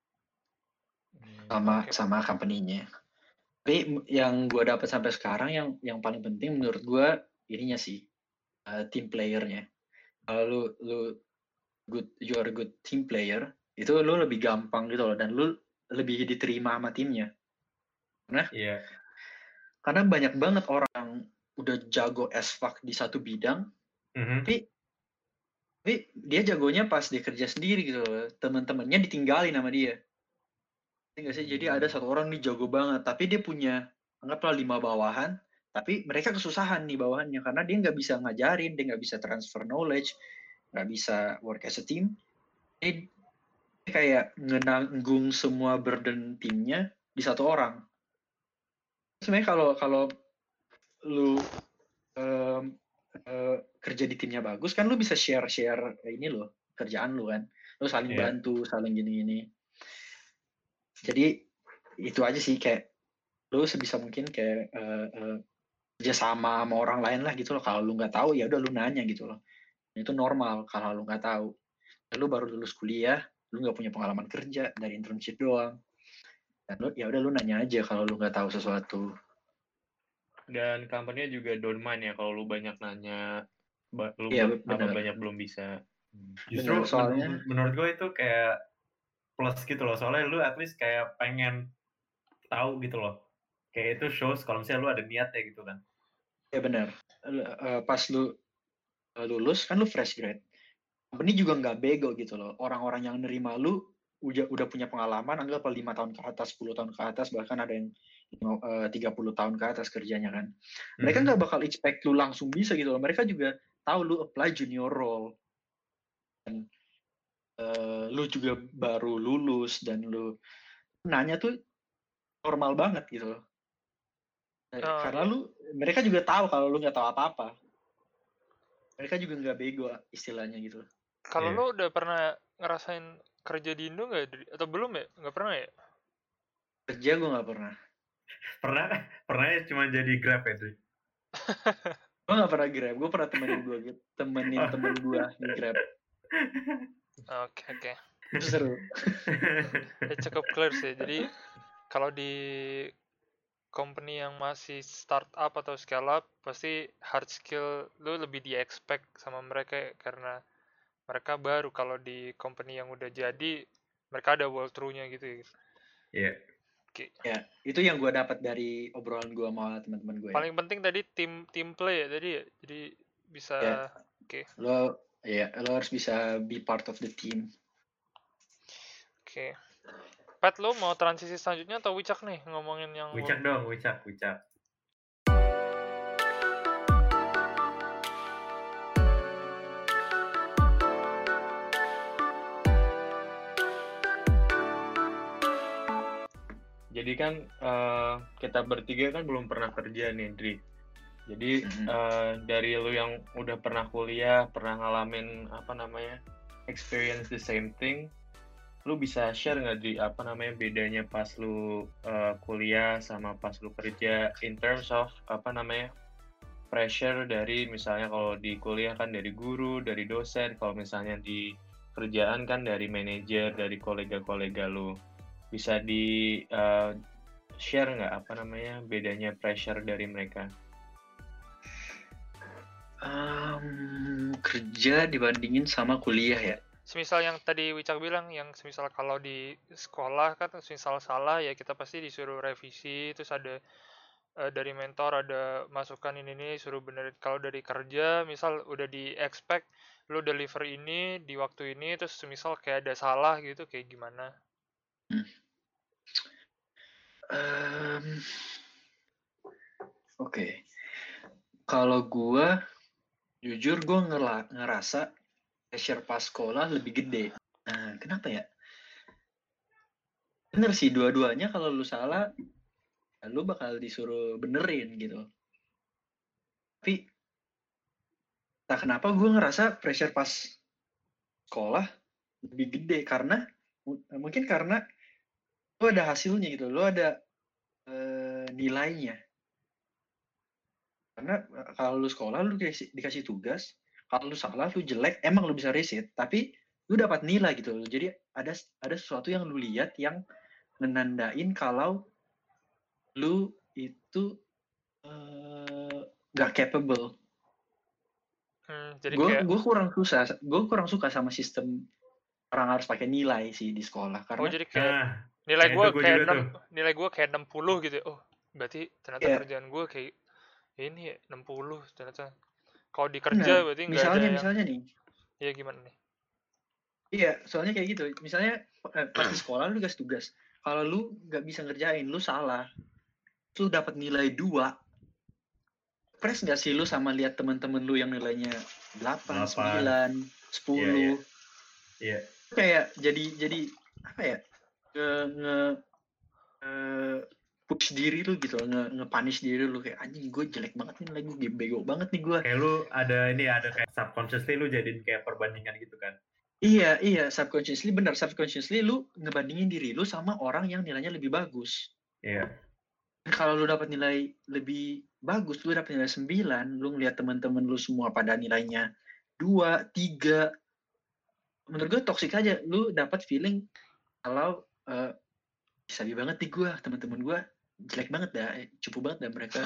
Sama company-nya. Tapi yang gue dapat sampai sekarang yang paling penting menurut gue ininya sih, team player-nya. Kalau you are a good team player, itu lu lebih gampang gitu loh, dan lu lebih diterima sama timnya. Karena banyak banget orang udah jago as fuck di satu bidang, tapi dia jagonya pas dia kerja sendiri gitu loh. Teman-temannya ditinggalin sama dia. Enggak sih? Jadi ada satu orang nih jago banget, tapi dia punya anggaplah 5 bawahan, Tapi mereka kesusahan nih bawahannya karena dia nggak bisa ngajarin, dia nggak bisa transfer knowledge, nggak bisa work as a team. Dia kayak ngenanggung semua burden timnya di satu orang. Sebenarnya kalau lu kerja di timnya bagus kan lu bisa share ini loh kerjaan lu kan, lu saling bantu, saling gini-gini. Jadi itu aja sih, kayak lu sebisa mungkin kayak kerja sama orang lain lah gitu loh. Kalau lu nggak tahu ya udah lu nanya gitu loh. Itu normal kalau lu nggak tahu. Lu baru lulus kuliah, lu nggak punya pengalaman kerja dari internship doang. Dan lu ya udah lu nanya aja kalau lu nggak tahu sesuatu. Dan company juga don't mind ya kalau lu banyak nanya, lu banyak belum bisa. Justru Bener, soalnya menurut gue itu kayak plus gitu loh, soalnya lu at least kayak pengen tahu gitu loh, kayak itu shows kalau misalnya lu ada niat ya gitu kan. Ya benar. Pas lu lulus kan lu fresh grade, company juga nggak bego gitu loh. Orang-orang yang nerima lu udah punya pengalaman, anggap 5 tahun ke atas, 10 tahun ke atas, bahkan ada yang 30 tahun ke atas kerjanya kan. Mereka nggak bakal expect lu langsung bisa gitu loh. Mereka juga tahu lu apply junior role. Dan lu juga baru lulus dan lu nanya tuh normal banget gitu loh. Karena mereka juga tahu kalau lu nggak tahu apa-apa. Mereka juga nggak bego istilahnya gitu. Kalau lu udah pernah ngerasain kerja di Indo nggak? Atau belum ya? Nggak pernah ya? Kerja gue nggak pernah. Pernah ya cuma jadi Grab ya, Dri? Gue nggak pernah Grab. Gue pernah temenin temen gue Grab. Oke. Seru. Ya, cukup clear sih. Jadi kalau di company yang masih startup atau scale up, pasti hard skill lu lebih di-expect sama mereka karena mereka baru. Kalau di company yang udah jadi, mereka ada walkthrough-nya gitu ya. Iya. Ya, itu yang gue dapat dari obrolan gue sama teman-teman gue. Paling penting tadi team play ya tadi ya. Jadi bisa lo harus bisa be part of the team. Oke. Pat, lo mau transisi selanjutnya atau Wicak nih ngomongin yang Wicak dong, Wicak. Jadi kan kita bertiga kan belum pernah kerja nih, Dri. Jadi dari lu yang udah pernah kuliah, pernah ngalamin experience the same thing, lu bisa share nggak Dri bedanya pas lu kuliah sama pas lu kerja in terms of pressure dari misalnya kalau di kuliah kan dari guru, dari dosen, kalau misalnya di kerjaan kan dari manajer, dari kolega-kolega lu. Bisa di share nggak bedanya pressure dari mereka? Kerja dibandingin sama kuliah ya. Semisal yang tadi Wicak bilang, yang semisal kalau di sekolah kan semisal salah ya kita pasti disuruh revisi, terus ada dari mentor ada masukan ini suruh benerin. Kalau dari kerja misal udah di expect lu deliver ini di waktu ini, terus semisal kayak ada salah gitu, kayak gimana? Oke. Kalau gue jujur gue ngerasa pressure pas sekolah lebih gede. Nah, kenapa ya? Bener sih, dua-duanya kalau lu salah, lu bakal disuruh benerin gitu. Tapi entah kenapa gue ngerasa pressure pas sekolah lebih gede karena mungkin karena lu ada hasilnya gitu, lu ada nilainya. Karena kalau lu sekolah lu dikasih tugas, kalau lu salah lu jelek emang lu bisa resit, tapi lu dapat nilai gitu. Jadi ada sesuatu yang lu lihat yang menandain kalau lu itu gak capable. Jadi gue kurang suka sama sistem orang harus pakai nilai sih di sekolah karena jadi kayak nilai gue kayak 60 gitu. Oh, berarti ternyata kerjaan gue kayak ini 60 ternyata. Kalau di kerja berarti nggak ada yang... misalnya nih. Iya, gimana nih? Iya, soalnya kayak gitu. Misalnya pas di sekolah lu dikasih tugas. Kalau lu nggak bisa ngerjain, lu salah. Lu dapat nilai 2. Press nggak sih lu sama lihat teman-teman lu yang nilainya 8, 8. 9, Iya. 10? Iya. Kayak jadi apa ya? Nge push diri lu gitu, nge-punish diri lu kayak anjing gue jelek banget nih nilai gue, bego banget nih gue. Kayak lu ada kayak subconsciously lu jadiin kayak perbandingan gitu kan. Iya, subconsciously lu ngebandingin diri lu sama orang yang nilainya lebih bagus. Iya. Kalau lu dapat nilai lebih bagus, lu dapat nilai 9, lu ngeliat teman-teman lu semua pada nilainya 2, 3, menurut gue toxic aja. Lu dapat feeling kalau sabi banget nih gue, teman-teman gue jelek banget dah, cupu banget dah mereka.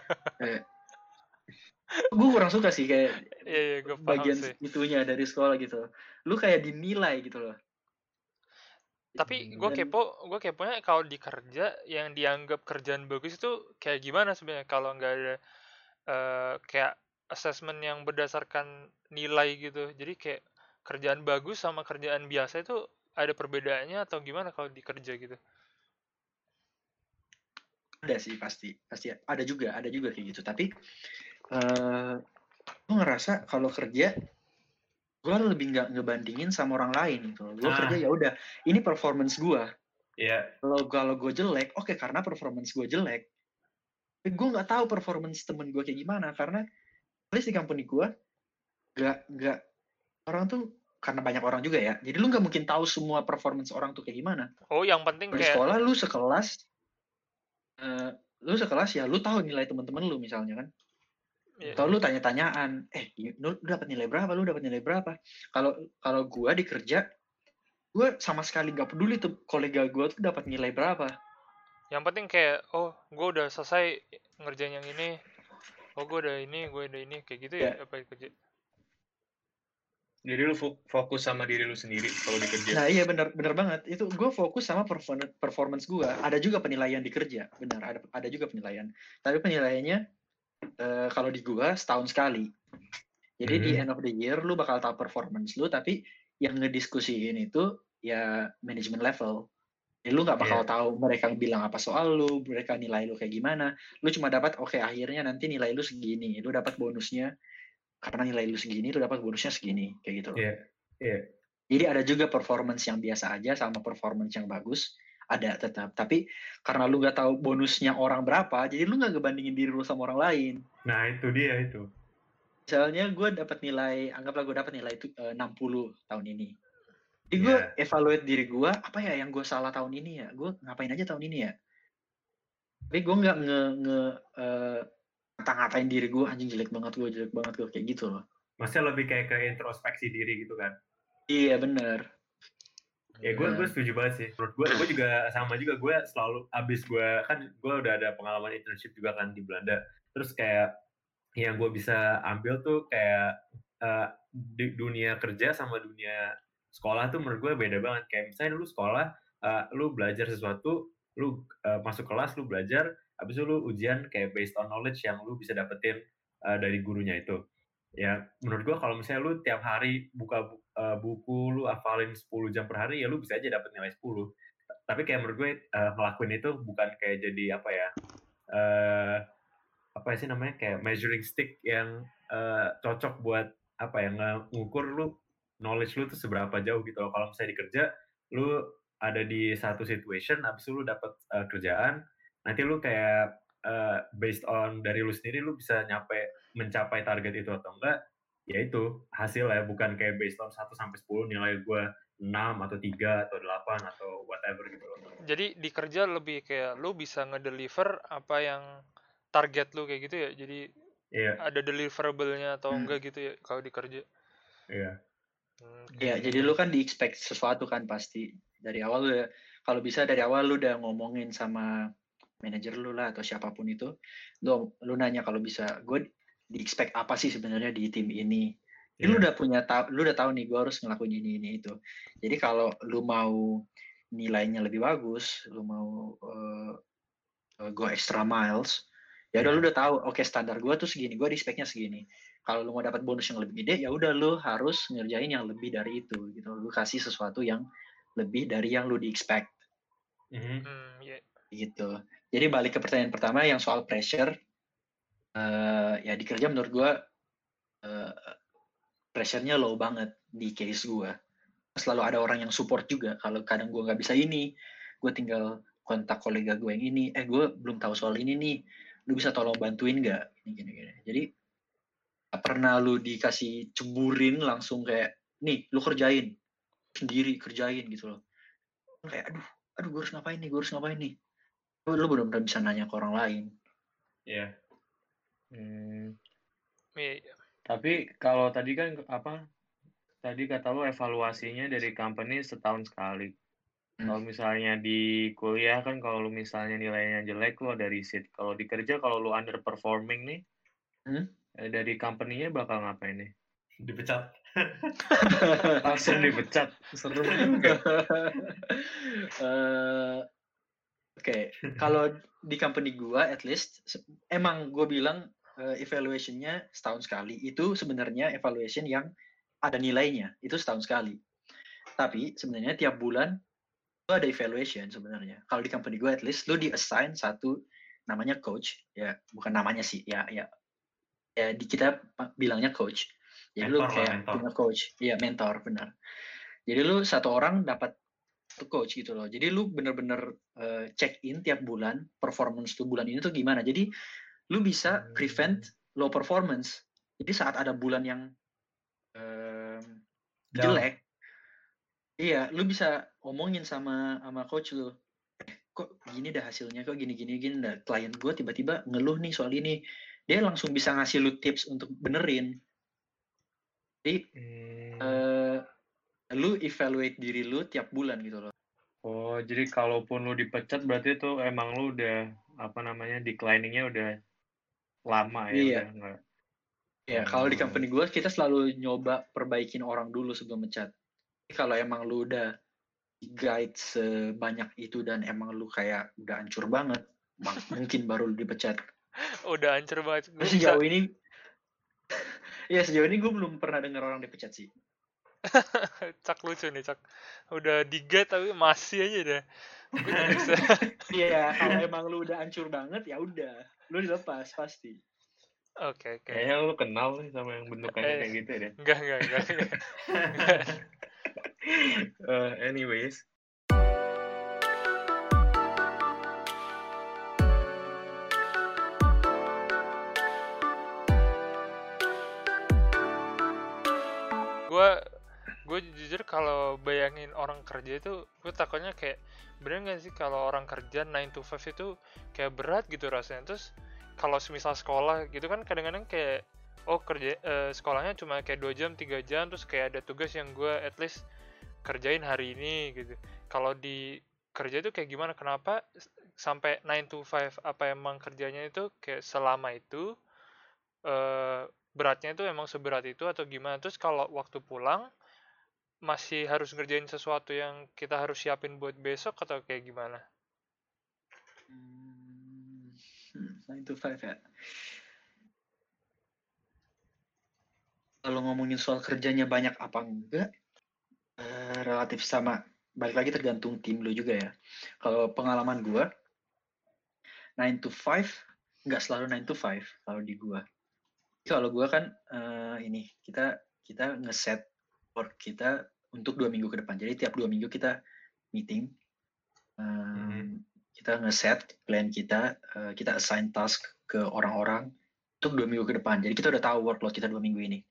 Gue kurang suka sih kayak gue paham bagian sih. itunya dari sekolah gitu. Lu kayak dinilai gitu loh. Tapi gue keponya kalau di kerja yang dianggap kerjaan bagus itu kayak gimana sebenarnya kalau nggak ada kayak assessment yang berdasarkan nilai gitu. Jadi kayak kerjaan bagus sama kerjaan biasa itu ada perbedaannya atau gimana kalau di kerja gitu? Ada sih pasti ada juga kayak gitu. Tapi gue ngerasa kalau kerja gue lebih nggak ngebandingin sama orang lain gitu. Gue kerja ya udah, ini performance gue. Iya. Kalau gue jelek, oke, karena performance gue jelek. Tapi gue nggak tahu performance temen gue kayak gimana, karena at least di company gue nggak orang tuh, karena banyak orang juga ya. Jadi lu nggak mungkin tahu semua performance orang tuh kayak gimana. Oh, yang penting Di kayak sekolah lu sekelas ya lu tahu nilai teman-teman lu misalnya kan. Atau lu tanya-tanyaan, lu dapat nilai berapa? Kalau gue di kerja, gue sama sekali nggak peduli tuh kolega gue tuh dapat nilai berapa. Yang penting kayak, oh, gue udah selesai ngerjain yang ini, oh gue udah ini, kayak gitu ya apa kerja? Jadi lu fokus sama diri lu sendiri kalau di kerja. Nah iya benar banget. Itu gue fokus sama performance gue. Ada juga penilaian di kerja, benar ada juga penilaian. Tapi penilaiannya kalau di gue setahun sekali. Jadi di end of the year lu bakal tahu performance lu, tapi yang ngediskusiin itu ya management level. Jadi lu nggak bakal tahu mereka bilang apa soal lu, mereka nilai lu kayak gimana. Lu cuma dapat oke, akhirnya nanti nilai lu segini. Lu dapat bonusnya karena nilai lu segini, lu dapat bonusnya segini, kayak gitu loh. Iya. Jadi ada juga performance yang biasa aja sama performance yang bagus, ada tetap. Tapi karena lu nggak tahu bonusnya orang berapa, jadi lu nggak ngebandingin diri lu sama orang lain. Nah itu dia itu. Misalnya gue dapat nilai, anggaplah gue dapat nilai 60 tahun ini. Jadi gue evaluate diri gue, apa ya yang gue salah tahun ini ya? Gue ngapain aja tahun ini ya? Tapi gue nggak ngata-ngatain diri gue, anjing jelek banget gue, kayak gitu loh. Maksudnya lebih kayak ke introspeksi diri gitu kan? Iya benar. Ya gue setuju banget sih. Menurut gue juga sama juga. Gue selalu abis gue udah ada pengalaman internship juga kan di Belanda. Terus kayak yang gue bisa ambil tuh kayak di dunia kerja sama dunia sekolah tuh menurut gue beda banget. Kayak misalnya dulu sekolah, lu belajar sesuatu, lu masuk kelas, lu belajar, habis itu lu ujian kayak based on knowledge yang lu bisa dapetin dari gurunya itu. Ya menurut gue kalau misalnya lu tiap hari buka buku, lu hafalin 10 jam per hari, ya lu bisa aja dapet nilai 10. Tapi kayak menurut gue ngelakuin itu bukan kayak jadi apa ya, apa sih namanya, kayak measuring stick yang cocok buat apa ya, ngukur lu knowledge lu tuh seberapa jauh gitu loh. Kalau misalnya di kerja, lu ada di satu situation, habis itu lu dapet kerjaan, nanti lu kayak based on dari lu sendiri, lu bisa mencapai target itu atau enggak, ya itu hasilnya, bukan kayak based on 1 sampai 10 nilai gue 6 atau 3 atau 8 atau whatever gitu loh. Jadi di kerja lebih kayak lu bisa ngedeliver apa yang target lu kayak gitu ya. Jadi ada deliverable-nya atau enggak gitu ya kalau di kerja. Iya. Ya, jadi lu kan di-expect sesuatu kan pasti. Dari awal lu kalau bisa dari awal lu udah ngomongin sama manajer lu lah atau siapapun itu. Lu nanya kalau bisa, gue di-expect apa sih sebenarnya di tim ini. Jadi lu udah tahu nih gue harus ngelakuin ini itu. Jadi kalau lu mau nilainya lebih bagus, lu mau go extra miles, ya udah lu udah tahu, oke, standar gue tuh segini, gue di-expect-nya segini. Kalau lu mau dapat bonus yang lebih gede, ya udah lu harus ngerjain yang lebih dari itu gitu. Lu kasih sesuatu yang lebih dari yang lu di-expect. Gitu. Jadi balik ke pertanyaan pertama yang soal pressure. Ya di kerja menurut gue pressure-nya low banget di case gue. Selalu ada orang yang support juga. Kalau kadang gue nggak bisa ini, gue tinggal kontak kolega gue yang ini. Gue belum tahu soal ini nih. Lu bisa tolong bantuin nggak? Gini. Jadi gak pernah lu dikasih ceburin langsung kayak, nih lu kerjain sendiri, kerjain gitu loh. Kayak aduh gue harus ngapain nih. Lu benar-benar bisa nanya ke orang lain. Iya. Iya. Tapi kalau tadi kan tadi kata lu evaluasinya dari company setahun sekali. Kalau misalnya di kuliah kan kalau lu misalnya nilainya jelek lu ada resit. Kalau di kerja kalau lu underperforming nih dari company-nya bakal ngapain nih? Dipecat. Langsung dipecat. Serem juga. Oke, kalau di company gua at least emang gue bilang evaluation-nya setahun sekali. Itu sebenarnya evaluation yang ada nilainya, itu setahun sekali. Tapi sebenarnya tiap bulan lu ada evaluation sebenarnya. Kalau di company gue at least lu di-assign satu namanya coach, ya bukan namanya sih, ya di kita bilangnya coach. Jadi lu kayak punya coach, iya mentor benar. Jadi lu satu orang dapat satu coach gitu loh. Jadi lu bener-bener check in tiap bulan performance tuh bulan ini tuh gimana. Jadi lu bisa prevent low performance. Jadi saat ada bulan yang jelek, iya lu bisa omongin sama coach lu. Kok gini dah hasilnya, kok gini dah. Klien gue tiba-tiba ngeluh nih soal ini. Dia langsung bisa ngasih lu tips untuk benerin. Jadi lu evaluate diri lu tiap bulan gitu loh. Oh, jadi kalaupun lu dipecat berarti itu emang lu udah declining-nya udah lama ya, Iya. udah enggak. Ya, kalau di company gue kita selalu nyoba perbaikin orang dulu sebelum mecat. Kalau emang lu udah guide sebanyak itu dan emang lu kayak udah hancur banget, mungkin baru lu dipecat. Udah hancur banget. Sejauh ini gue belum pernah dengar orang dipecat sih. Cak lucu nih, Cak. Udah di-guide tapi masih aja deh. Iya, kalau emang lu udah hancur banget ya udah, lu dilepas pasti. Oke. Kayaknya lu kenal nih sama yang bentukannya kayak gitu deh. Enggak. Anyways. Gue jujur kalau bayangin orang kerja itu, gue takutnya kayak bener gak sih kalau orang kerja 9 to 5 itu kayak berat gitu rasanya. Terus kalau semisal sekolah gitu kan kadang-kadang kayak kerja sekolahnya cuma kayak 2 jam 3 jam, terus kayak ada tugas yang gue at least kerjain hari ini gitu. Kalau di kerja itu kayak gimana, kenapa sampai 9 to 5? Apa emang kerjanya itu kayak selama itu beratnya itu emang seberat itu atau gimana? Terus kalau waktu pulang masih harus ngerjain sesuatu yang kita harus siapin buat besok atau kayak gimana? 9 to 5 ya. Kalau ngomongin soal kerjanya banyak apa enggak, relatif sama. Balik lagi tergantung tim lu juga ya. Kalau pengalaman gue, 9 to 5 nggak selalu 9 to 5 kalau di gue. Kalau gue kan kita ngeset work kita untuk 2 minggu ke depan. Jadi tiap 2 minggu kita meeting, kita ngeset plan kita assign task ke orang-orang untuk 2 minggu ke depan. Jadi kita udah tahu workload kita 2 minggu ini.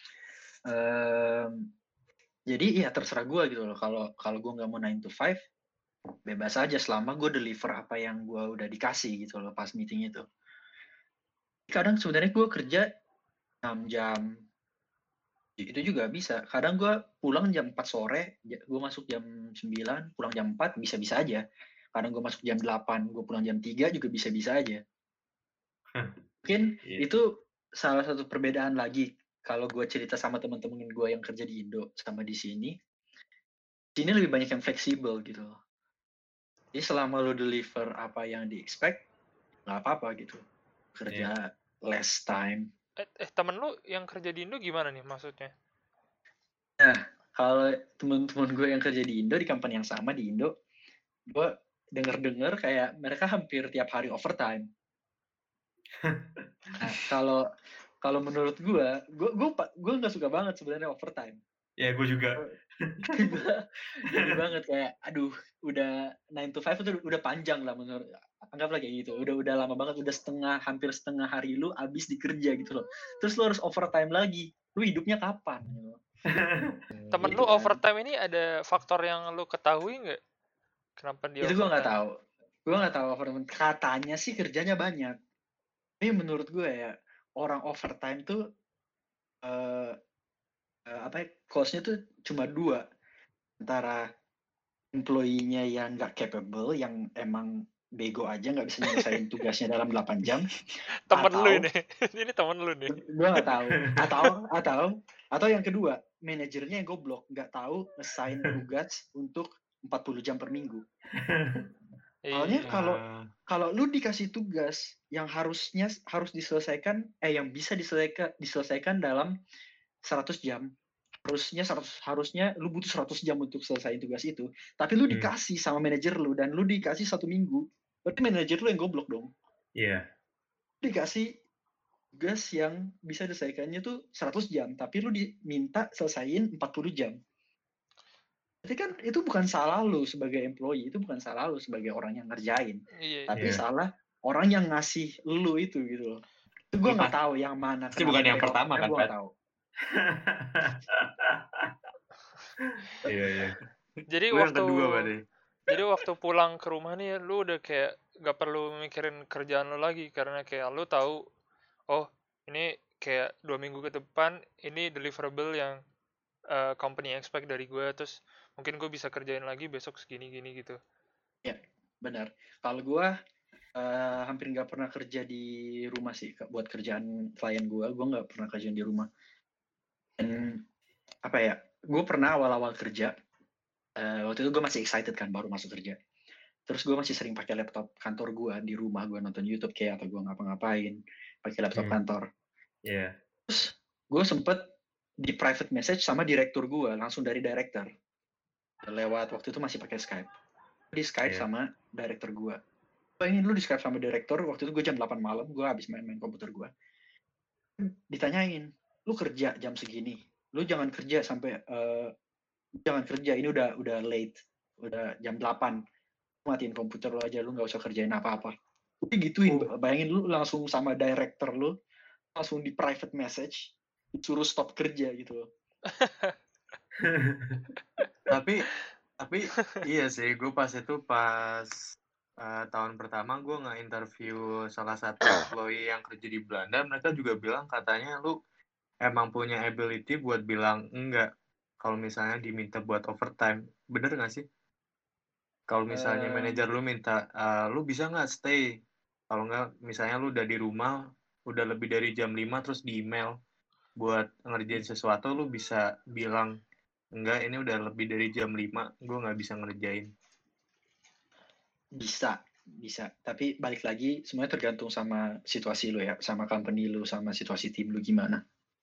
Jadi ya terserah gue gitu loh. Kalau gue nggak mau 9 to 5, bebas aja selama gue deliver apa yang gue udah dikasih gitu loh pas meeting itu. Kadang sebenarnya gue kerja 6 jam, itu juga bisa. Kadang gue pulang jam 4 sore, gue masuk jam 9, pulang jam 4, bisa-bisa aja. Kadang gue masuk jam 8, gue pulang jam 3 juga bisa-bisa aja. Mungkin itu salah satu perbedaan lagi kalau gue cerita sama teman-teman gue yang kerja di Indo sama di sini. Di sini lebih banyak yang fleksibel gitu. Jadi selama lo deliver apa yang di-expect, nggak apa-apa gitu. Kerja less time. Temen lu yang kerja di Indo gimana nih maksudnya? Nah, kalau teman-teman gue yang kerja di Indo, di company yang sama di Indo, gue denger kayak mereka hampir tiap hari overtime. Nah, kalau menurut gue nggak suka banget sebenarnya overtime. Ya, gue juga. Gue ini banget kayak, aduh, udah 9 to 5 itu udah panjang lah menurut, anggaplah kayak gitu. Udah lama banget, udah hampir setengah hari lu abis di kerja gitu loh. Terus lu harus overtime lagi. Lu hidupnya kapan? Gitu. Temen Gitu lu kan. overtime ini ada faktor yang lu ketahui nggak? Kenapa dia Itu gue nggak overtime? tahu. Gue nggak tahu overtime. Katanya sih kerjanya banyak. Tapi menurut gue ya, orang overtime tuh cost-nya tuh cuma dua, antara employee-nya yang nggak capable, yang emang bego aja nggak bisa nyelesain tugasnya dalam 8 jam, Temen lu atau ini. Ini temen lu nih. gue nggak tahu, atau yang kedua, manajernya yang goblok, nggak tahu ngesain tugas untuk 40 jam per minggu. Soalnya Iya. kalau lu dikasih tugas yang harus diselesaikan, yang bisa diselesaikan dalam 100 jam, harusnya lu butuh 100 jam untuk selesai tugas itu, tapi lu dikasih sama manajer lu dan lu dikasih 1 minggu, berarti manajer lu yang goblok dong. Iya. Dikasih tugas yang bisa diselesaikannya tuh 100 jam, tapi lu diminta selesaiin 40 jam. Berarti kan itu bukan salah lu sebagai employee, itu bukan salah lu sebagai orang yang ngerjain, Iya. tapi Iya. salah orang yang ngasih lu itu gitu loh. Itu gue nggak tahu yang mana. Pasti bukan yang pertama kan, gue nggak Pat? tahu. Iya. Jadi Gue yang kedua berarti. Jadi waktu pulang ke rumah nih, lu udah kayak gak perlu mikirin kerjaan lu lagi, karena kayak lu tahu, oh ini kayak 2 minggu ke depan ini deliverable yang company expect dari gue, terus mungkin gue bisa kerjain lagi besok segini-gini gitu. Ya, benar. Kalau gue hampir nggak pernah kerja di rumah sih buat kerjaan klien gue nggak pernah kerja di rumah. Dan apa ya, gue pernah awal-awal kerja, waktu itu gue masih excited kan, baru masuk kerja. Terus gue masih sering pakai laptop kantor gue di rumah, gue nonton YouTube kayak, atau gue ngapa-ngapain pakai laptop kantor. Iya. Terus gue sempet di private message sama direktur gue, langsung dari director, lewat, waktu itu masih pakai Skype, di Skype sama direktur gue. Ini lu di Skype sama direktur, waktu itu gue jam 8 malam, gue habis main-main komputer gue. Ditanyain, lu kerja jam segini, lu jangan kerja sampai ini udah late, udah jam 8, matiin komputer lu aja, lu nggak usah kerjain apa-apa. Tapi gituin, bayangin lu langsung sama director lu, langsung di private message, disuruh stop kerja gitu loh. tapi iya sih, gue pas tahun pertama gue nge-interview salah satu employee yang kerja di Belanda, mereka juga bilang katanya lu emang punya ability buat bilang enggak kalau misalnya diminta buat overtime. Bener nggak sih? Kalau misalnya manajer lu minta, lu bisa nggak stay? Kalau nggak, misalnya lu udah di rumah, udah lebih dari jam 5 terus di email buat ngerjain sesuatu, lu bisa bilang, enggak, ini udah lebih dari jam 5, gue nggak bisa ngerjain. Bisa. Tapi balik lagi, semuanya tergantung sama situasi lu ya, sama company lu, sama situasi tim lu gimana.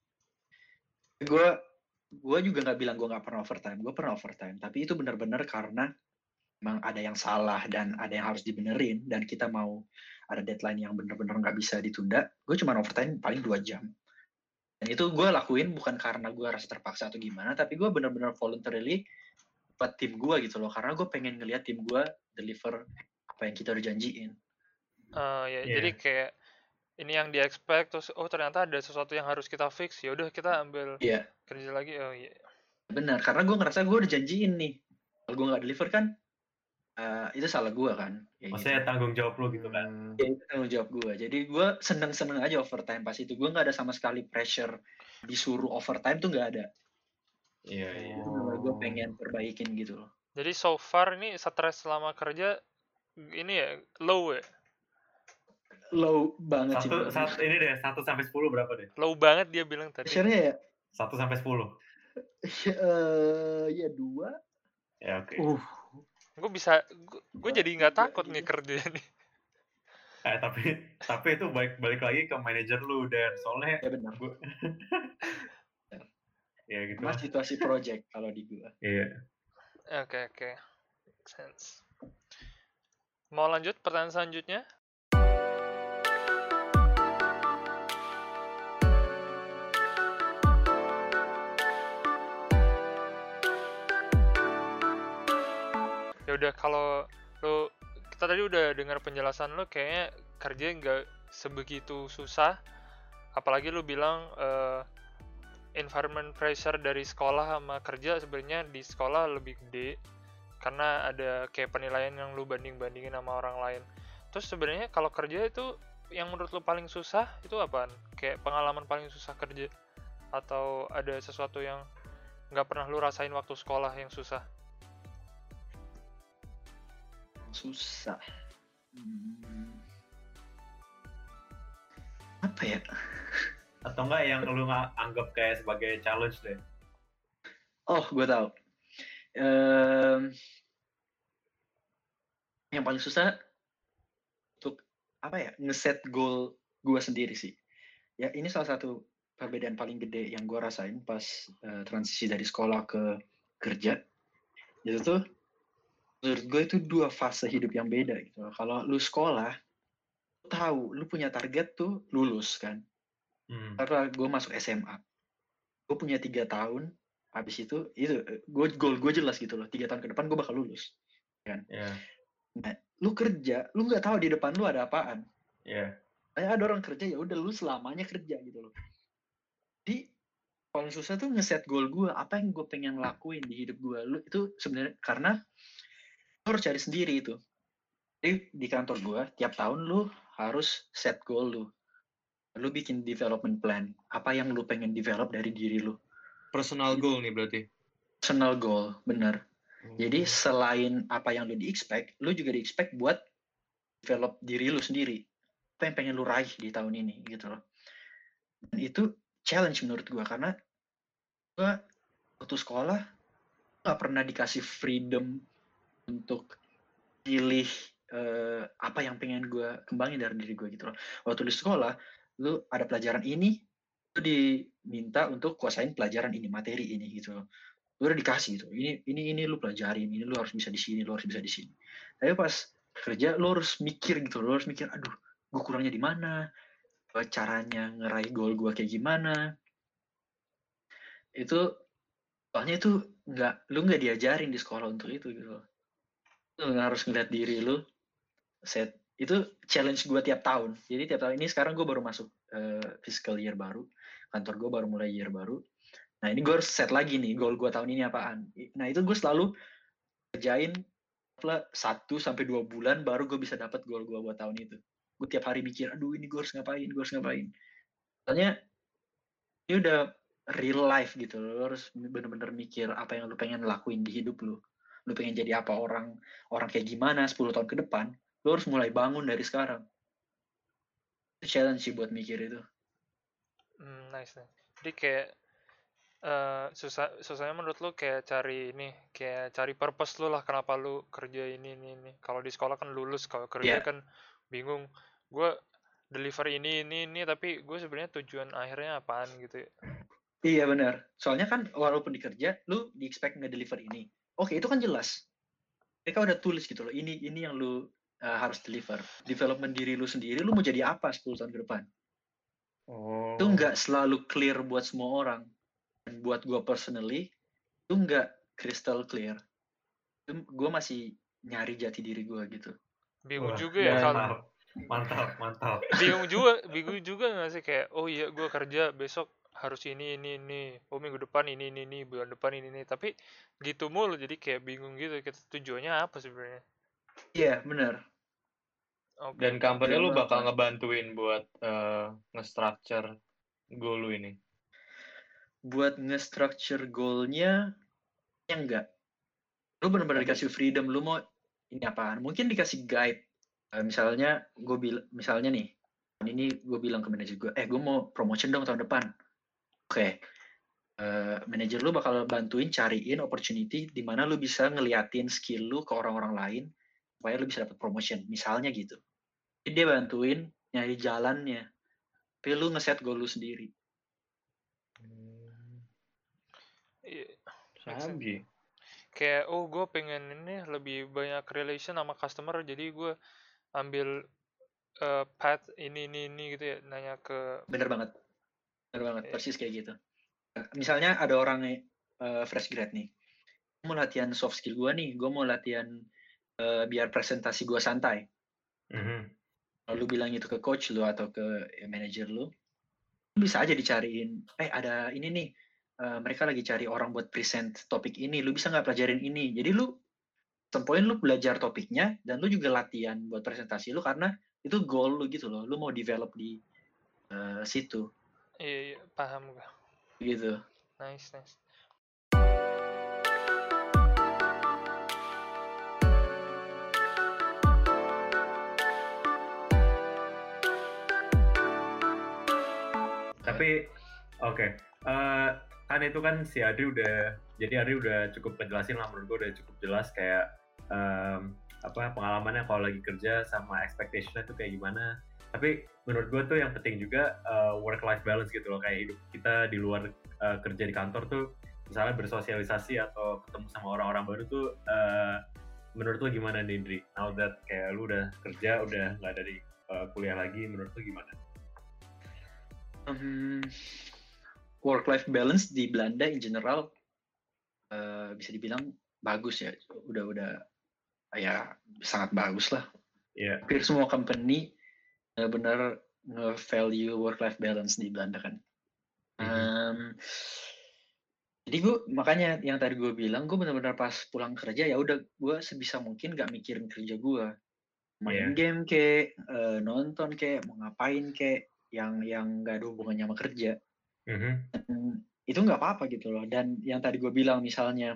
Gue juga nggak bilang gue nggak pernah overtime. Gue pernah overtime, tapi itu benar-benar karena memang ada yang salah dan ada yang harus dibenerin, dan kita mau ada deadline yang benar-benar nggak bisa ditunda. Gue cuma overtime paling 2 jam. Dan itu gue lakuin bukan karena gue rasa terpaksa atau gimana, tapi gue benar-benar voluntarily buat tim gue gitu loh, karena gue pengen ngeliat tim gue deliver apa yang kita udah janjiin. Jadi kayak ini yang di expect, terus ternyata ada sesuatu yang harus kita fix, ya udah kita ambil kerja lagi. Benar, karena gue ngerasa gue udah janjiin nih, kalau gue nggak deliver kan itu salah gue kan. Maksudnya tanggung jawab lo gitu kan. Ya, itu tanggung jawab gue. Jadi gue seneng-seneng aja overtime pas itu. Gue nggak ada sama sekali pressure disuruh overtime tuh nggak ada. Iya. Gue pengen perbaikin gitu loh. Jadi so far ini stres selama kerja ini ya low ya? Low banget sih. Ini deh, 1 sampai 10 berapa deh? Low banget dia bilang tadi. Pressure-nya ya? 1 sampai 10. Ya 2. Ya oke. Gue jadi nggak takut nih kerja nih. Tapi itu balik lagi ke manajer lu, Dan. Soalnya ya benar. Ya gitu. Sama situasi project kalau di gua. Iya. Oke. Make sense. Mau lanjut pertanyaan selanjutnya? Ya udah, kalau lu, kita tadi udah dengar penjelasan lu, kayaknya kerja nggak sebegitu susah, apalagi lu bilang environment pressure dari sekolah sama kerja sebenarnya di sekolah lebih gede karena ada kayak penilaian yang lu banding-bandingin sama orang lain. Terus sebenarnya kalau kerja itu yang menurut lu paling susah itu apaan? Kayak pengalaman paling susah kerja, atau ada sesuatu yang nggak pernah lu rasain waktu sekolah yang susah? Susah. Apa ya? Atau enggak yang lu anggap kayak sebagai challenge deh? Oh, gue tahu. Yang paling susah untuk apa ya? Ngeset goal gue sendiri sih. Ya, ini salah satu perbedaan paling gede yang gue rasain pas transisi dari sekolah ke kerja. Itu tuh menurut gue itu dua fase hidup yang beda gitu. Kalau lu sekolah, lu tahu lu punya target tuh lulus kan. Karena gue masuk SMA, gue punya 3 tahun. Habis itu goal gue jelas gitu loh. 3 tahun ke depan gue bakal lulus, kan? Yeah. Nah, lu kerja, lu nggak tahu di depan lu ada apaan. Yeah. Ada orang kerja, ya udah lu selamanya kerja gitu loh. Jadi paling susah tuh ngeset goal gue, apa yang gue pengen lakuin di hidup gue. Lu itu sebenarnya karena lu harus cari sendiri itu. Jadi di kantor gue tiap tahun lu harus set goal lu. Lu bikin development plan, apa yang lu pengen develop dari diri lu. Personal goal nih berarti. Personal goal, bener. Jadi selain apa yang lu di-expect, lu juga di-expect buat develop diri lu sendiri. Apa yang pengen lu raih di tahun ini gitu loh. Dan itu challenge menurut gua, karena gua waktu sekolah nggak pernah dikasih freedom untuk pilih apa yang pengen gua kembangin dari diri gua gitu loh. Waktu di sekolah, lu ada pelajaran ini, lu diminta untuk kuasain pelajaran ini, materi ini gitu loh. Lu udah dikasih gitu, ini lu pelajarin, ini lu harus bisa di sini, lu harus bisa di sini. Tapi pas kerja lu harus mikir gitu, lu harus mikir, aduh, gue kurangnya di mana, caranya ngeraih goal gue kayak gimana. Itu soalnya itu lu nggak diajarin di sekolah untuk itu gitu. Lu harus ngeliat diri lu set. Itu challenge gue tiap tahun. Jadi tiap tahun ini, sekarang gue baru masuk fiscal year baru, kantor gue baru mulai year baru. Nah, ini gue harus set lagi nih, goal gue tahun ini apaan. Nah, itu gue selalu kerjain 1-2 bulan baru gue bisa dapat goal gue buat tahun itu. Gue tiap hari mikir, aduh ini gue harus ngapain. Soalnya ini udah real life gitu. Lo harus bener-bener mikir apa yang lo pengen lakuin di hidup lo. Lo pengen jadi apa, orang kayak gimana 10 tahun ke depan. Lo harus mulai bangun dari sekarang. Itu challenge sih buat mikir itu. Nice. Jadi kayak susahnya menurut lu kayak cari purpose lu lah, kenapa lu kerja ini. Kalau di sekolah kan lulus, kalau kerja kan bingung, gue deliver ini, tapi gue sebenarnya tujuan akhirnya apaan gitu ya. Iya benar, soalnya kan walaupun di kerja lu di-expect nge-deliver ini, oke itu kan jelas, mereka udah tulis gitu loh, ini yang lu harus deliver. Development diri lu sendiri, lu mau jadi apa 10 tahun ke depan. Itu nggak selalu clear buat semua orang. Dan buat gue personally, itu nggak crystal clear. Gue masih nyari jati diri gue gitu. Bingung juga ya kalau mantap. bingung juga nggak sih, kayak oh iya gue kerja besok harus ini, oh minggu depan ini, bulan depan ini, tapi gitu mulu, jadi kayak bingung gitu, kita tujuannya apa sebenarnya. Iya benar. Dan company lu bakal ngebantuin buat nge-structure goal lu ini? Buat nge-structure goalnya, ya enggak. Lu benar-benar dikasih freedom, lu mau ini apaan. Mungkin dikasih guide. Misalnya nih, ini gue bilang ke manajer gue, gue mau promotion dong tahun depan. Oke. Manajer lu bakal bantuin cariin opportunity di mana lu bisa ngeliatin skill lu ke orang-orang lain supaya lu bisa dapat promotion, misalnya gitu. Jadi dia bantuin nyari jalannya, tapi lu ngeset goal lu sendiri. Sabi. Kayak gue pengen ini lebih banyak relation sama customer, jadi gue ambil path ini gitu ya, nanya ke. Bener banget, persis kayak gitu. Misalnya ada orang fresh grad nih, gue mau latihan soft skill gue nih, gue mau latihan biar presentasi gue santai. Mhm. Kalau lu bilang itu ke coach lu atau ke manajer lu bisa aja dicariin, ada ini nih, mereka lagi cari orang buat present topik ini, lu bisa nggak pelajarin ini? Jadi lu sempoin lu belajar topiknya dan lu juga latihan buat presentasi lu karena itu goal lu gitu loh, lu mau develop di situ Iya, paham gue. gitu. Nice. Tapi oke. Kan itu kan si Adri udah cukup ngejelasin lah, menurut gue udah cukup jelas kayak pengalamannya kalau lagi kerja sama expectation-nya tuh kayak gimana. Tapi menurut gue tuh yang penting juga work-life balance gitu loh, kayak hidup kita di luar kerja di kantor tuh, misalnya bersosialisasi atau ketemu sama orang-orang baru tuh, menurut lo gimana nih, Indri? Now that kayak lu udah kerja, udah nggak dari kuliah lagi, menurut lo gimana? Work-life balance di Belanda in general bisa dibilang bagus ya, udah ya sangat bagus lah. Iya. Hampir semua company benar nge-value work-life balance di Belanda kan. Jadi gue makanya yang tadi gue bilang, gue benar-benar pas pulang kerja ya udah gue sebisa mungkin gak mikirin kerja gue, main game kek, nonton kek, mau ngapain kek, yang gak ada hubungannya sama kerja. Itu nggak apa-apa gitu loh. Dan yang tadi gue bilang misalnya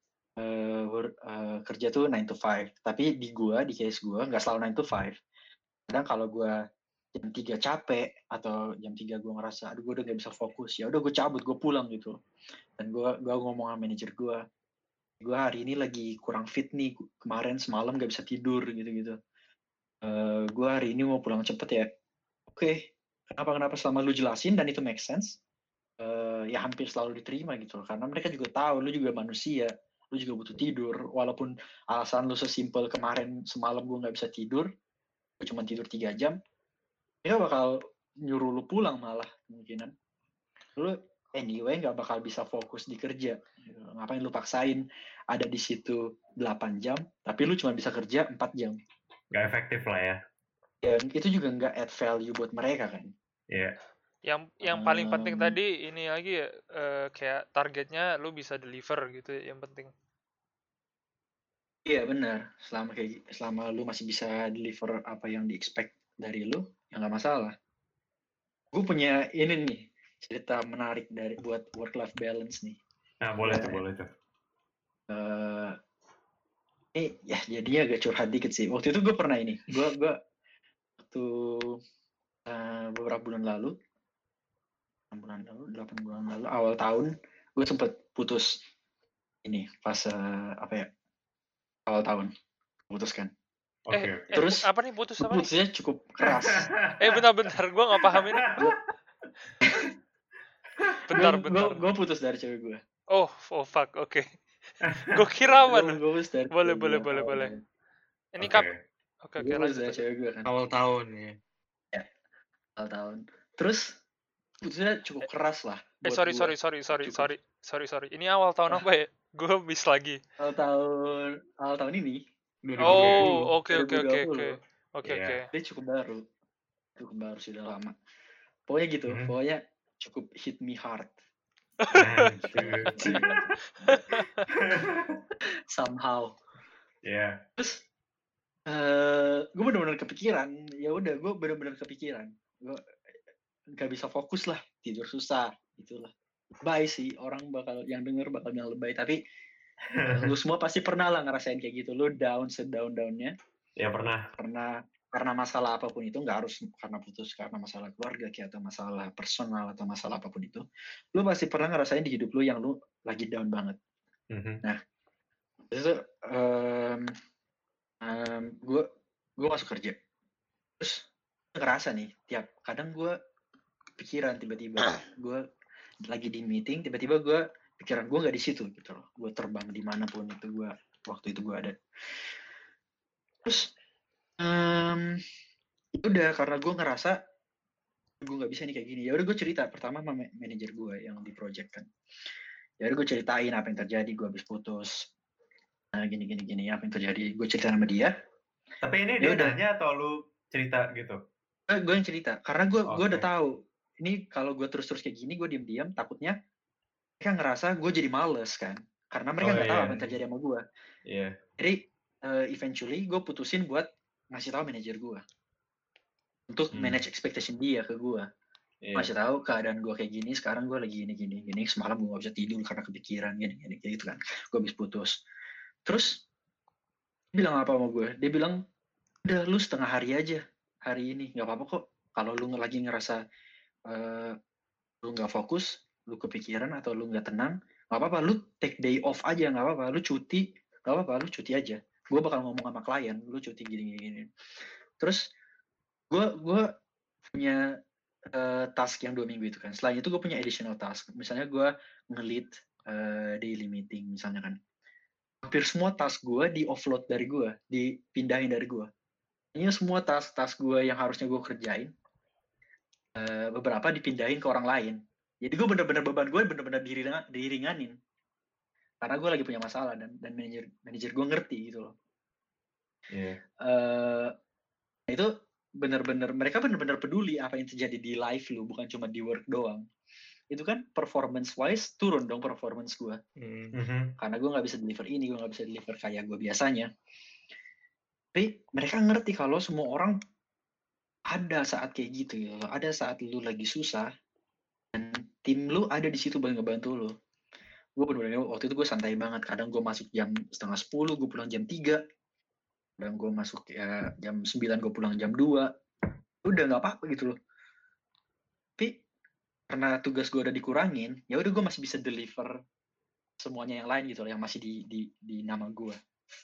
kerja tuh 9 to 5, tapi di case gue nggak selalu 9 to 5. Kadang kalau gue jam 3 capek atau jam 3 gue ngerasa aduh gue udah gak bisa fokus, ya udah gue cabut, gue pulang gitu. Dan gue ngomong sama manajer gue hari ini lagi kurang fit nih, kemarin semalam gak bisa tidur gitu. Gue hari ini mau pulang cepet ya. Oke. Kenapa selama lu jelasin dan itu make sense, ya hampir selalu diterima gitu loh. Karena mereka juga tahu lu juga manusia, lu juga butuh tidur. Walaupun alasan lu sesimpel kemarin semalam gue gak bisa tidur, gue cuma tidur 3 jam, dia bakal nyuruh lu pulang malah kemungkinan. Lu anyway nggak bakal bisa fokus di kerja. Ngapain lu paksain ada di situ 8 jam, tapi lu cuma bisa kerja 4 jam. Nggak efektif lah ya. Dan itu juga nggak add value buat mereka kan. Iya. Yang paling penting tadi ini lagi ya, kayak targetnya lu bisa deliver gitu yang penting. Iya benar, selama lu masih bisa deliver apa yang di-expect dari lu, ya nggak masalah. Gue punya ini nih, cerita menarik buat work-life balance nih. Nah, boleh tuh. Ini ya jadinya agak curhat dikit sih. Waktu itu gue pernah ini, gue waktu beberapa bulan lalu, 8 bulan lalu, awal tahun, gue sempet putus ini pas awal tahun putuskan. Oke. Terus apa nih putus apa putusnya cukup keras. Bentar, gue nggak paham ini. Bentar. Gue putus dari cewek gue. Oh fuck, oke. Gue kira mana? Gue putus dari Boleh. Ini kap. Oke, lanjut dari cewek gue kan. Awal tahun ya. Awal tahun. Terus putusnya cukup keras lah. Sorry. Ini awal tahun apa ya? Gue miss lagi. Awal tahun ini. 2020. Oh, oke. Dia cukup baru sudah lama. Pokoknya gitu, pokoknya cukup hit me hard. Somehow. Yeah. Terus gue benar-benar kepikiran. Ya udah, gue benar-benar kepikiran. Gue nggak bisa fokus lah, tidur susah, itulah. Lebay sih, orang yang denger bakal bilang lebay, tapi lu semua pasti pernah lah ngerasain kayak gitu. Lu sedown-downnya. Ya pernah. Karena masalah apapun itu, nggak harus karena putus, karena masalah keluarga atau masalah personal atau masalah apapun itu, lu pasti pernah ngerasain di hidup lu yang lu lagi down banget. Nah, itu gue masuk kerja, terus ngerasa nih kadang gue pikiran tiba-tiba gue lagi di meeting, tiba-tiba gue pikiran gue nggak di situ gitu loh. Gue terbang dimanapun itu waktu itu gue ada. Terus udah karena gue ngerasa gue nggak bisa nih kayak gini, ya udah gue cerita pertama sama manajer gue yang di project kan. Ya udah gue ceritain apa yang terjadi, gue habis putus. gini apa yang terjadi. Gue cerita sama dia. Tapi ini Ya dia udah. nanya atau lu cerita gitu? Gue yang cerita karena gue udah Oke. tahu ini kalau gue terus kayak gini gue diam takutnya mereka ngerasa gue jadi males kan karena mereka Oh nggak tahu iya. apa yang terjadi sama gue. Iya. Jadi eventually gue putusin buat ngasih tahu manajer gue untuk manage expectation dia ke gue. Iya. Ngasih tahu keadaan gue kayak gini, sekarang gue lagi gini semalam gue gak bisa tidur karena kepikiran gini gitu kan. Gue habis putus. Terus dia bilang apa sama gue? Dia bilang udah lu setengah hari aja hari ini, nggak apa-apa kok. Kalau lu lagi ngerasa lu nggak fokus, lu kepikiran atau lu nggak tenang, nggak apa-apa. Lu take day off aja, nggak apa-apa. Lu cuti, nggak apa-apa. Lu cuti aja. Gue bakal ngomong sama klien, lu cuti gini. Terus gue punya task yang 2 minggu itu kan. Selain itu gue punya additional task. Misalnya gue nge-lead daily meeting misalnya kan. Hampir semua task gue di offload dari gue, dipindahin dari gue. Ini semua task gue yang harusnya gue kerjain, beberapa dipindahin ke orang lain. Jadi gue bener-bener beban gue bener-bener diringanin. Karena gue lagi punya masalah dan manajer gue ngerti gitu loh. Iya. Itu mereka bener-bener peduli apa yang terjadi di live lu, bukan cuma di work doang. Itu kan performance wise turun dong performance gue. Karena gue nggak bisa deliver ini, gue nggak bisa deliver kayak gue biasanya. Tapi mereka ngerti kalau semua orang ada saat kayak gitu ya. Ada saat lu lagi susah dan tim lu ada di situ buat ngebantu lu. Gue bener-bener waktu itu gue santai banget. Kadang gue masuk jam 9:30, gue pulang jam 3. Kadang gue masuk ya jam 9, gue pulang jam 2. Udah nggak apa-apa gitu loh. Tapi karena tugas gue udah dikurangin, ya udah gue masih bisa deliver semuanya yang lain gitu loh, yang masih di nama gue.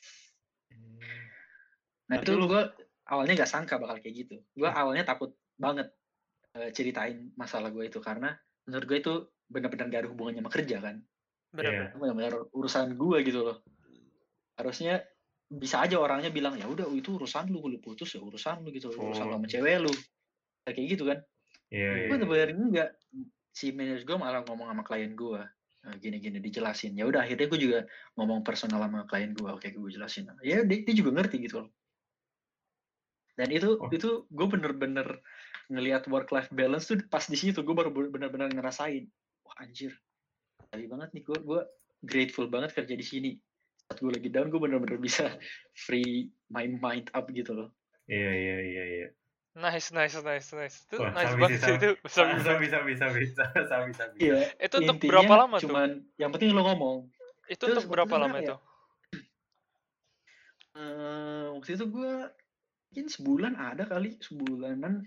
Nah itu gue awalnya nggak sangka bakal kayak gitu. Gue awalnya takut banget ceritain masalah gue itu karena menurut gue itu benar-benar gak ada hubungannya sama kerja kan. Benar-benar urusan gue gitu loh. Harusnya bisa aja orangnya bilang ya udah itu urusan lu putus ya urusan lu gitu, urusan lu sama cewek lu. Kayak gitu kan. Gue bener-bener enggak. Si manajer gue malah ngomong sama klien gue gini-gini dijelasin. Ya udah akhirnya gue juga ngomong personal sama klien gue. Oke, gue jelasin. Ya dia juga ngerti gitu loh. Dan itu gue bener-bener ngelihat work life balance tuh pas di situ gue baru bener-bener ngerasain. Wah anjir, tadi banget nih gue grateful banget kerja di sini. Saat gue lagi down gue bener-bener bisa free my mind up gitu loh. Iya. Nice. Itu wah, nice banget sih itu. Bisa. Iya. Itu untuk intinya berapa lama cuman, tuh? Yang penting lo ngomong. Itu untuk berapa lama itu? Waktu itu gue mungkin sebulan ada kali, sebulanan.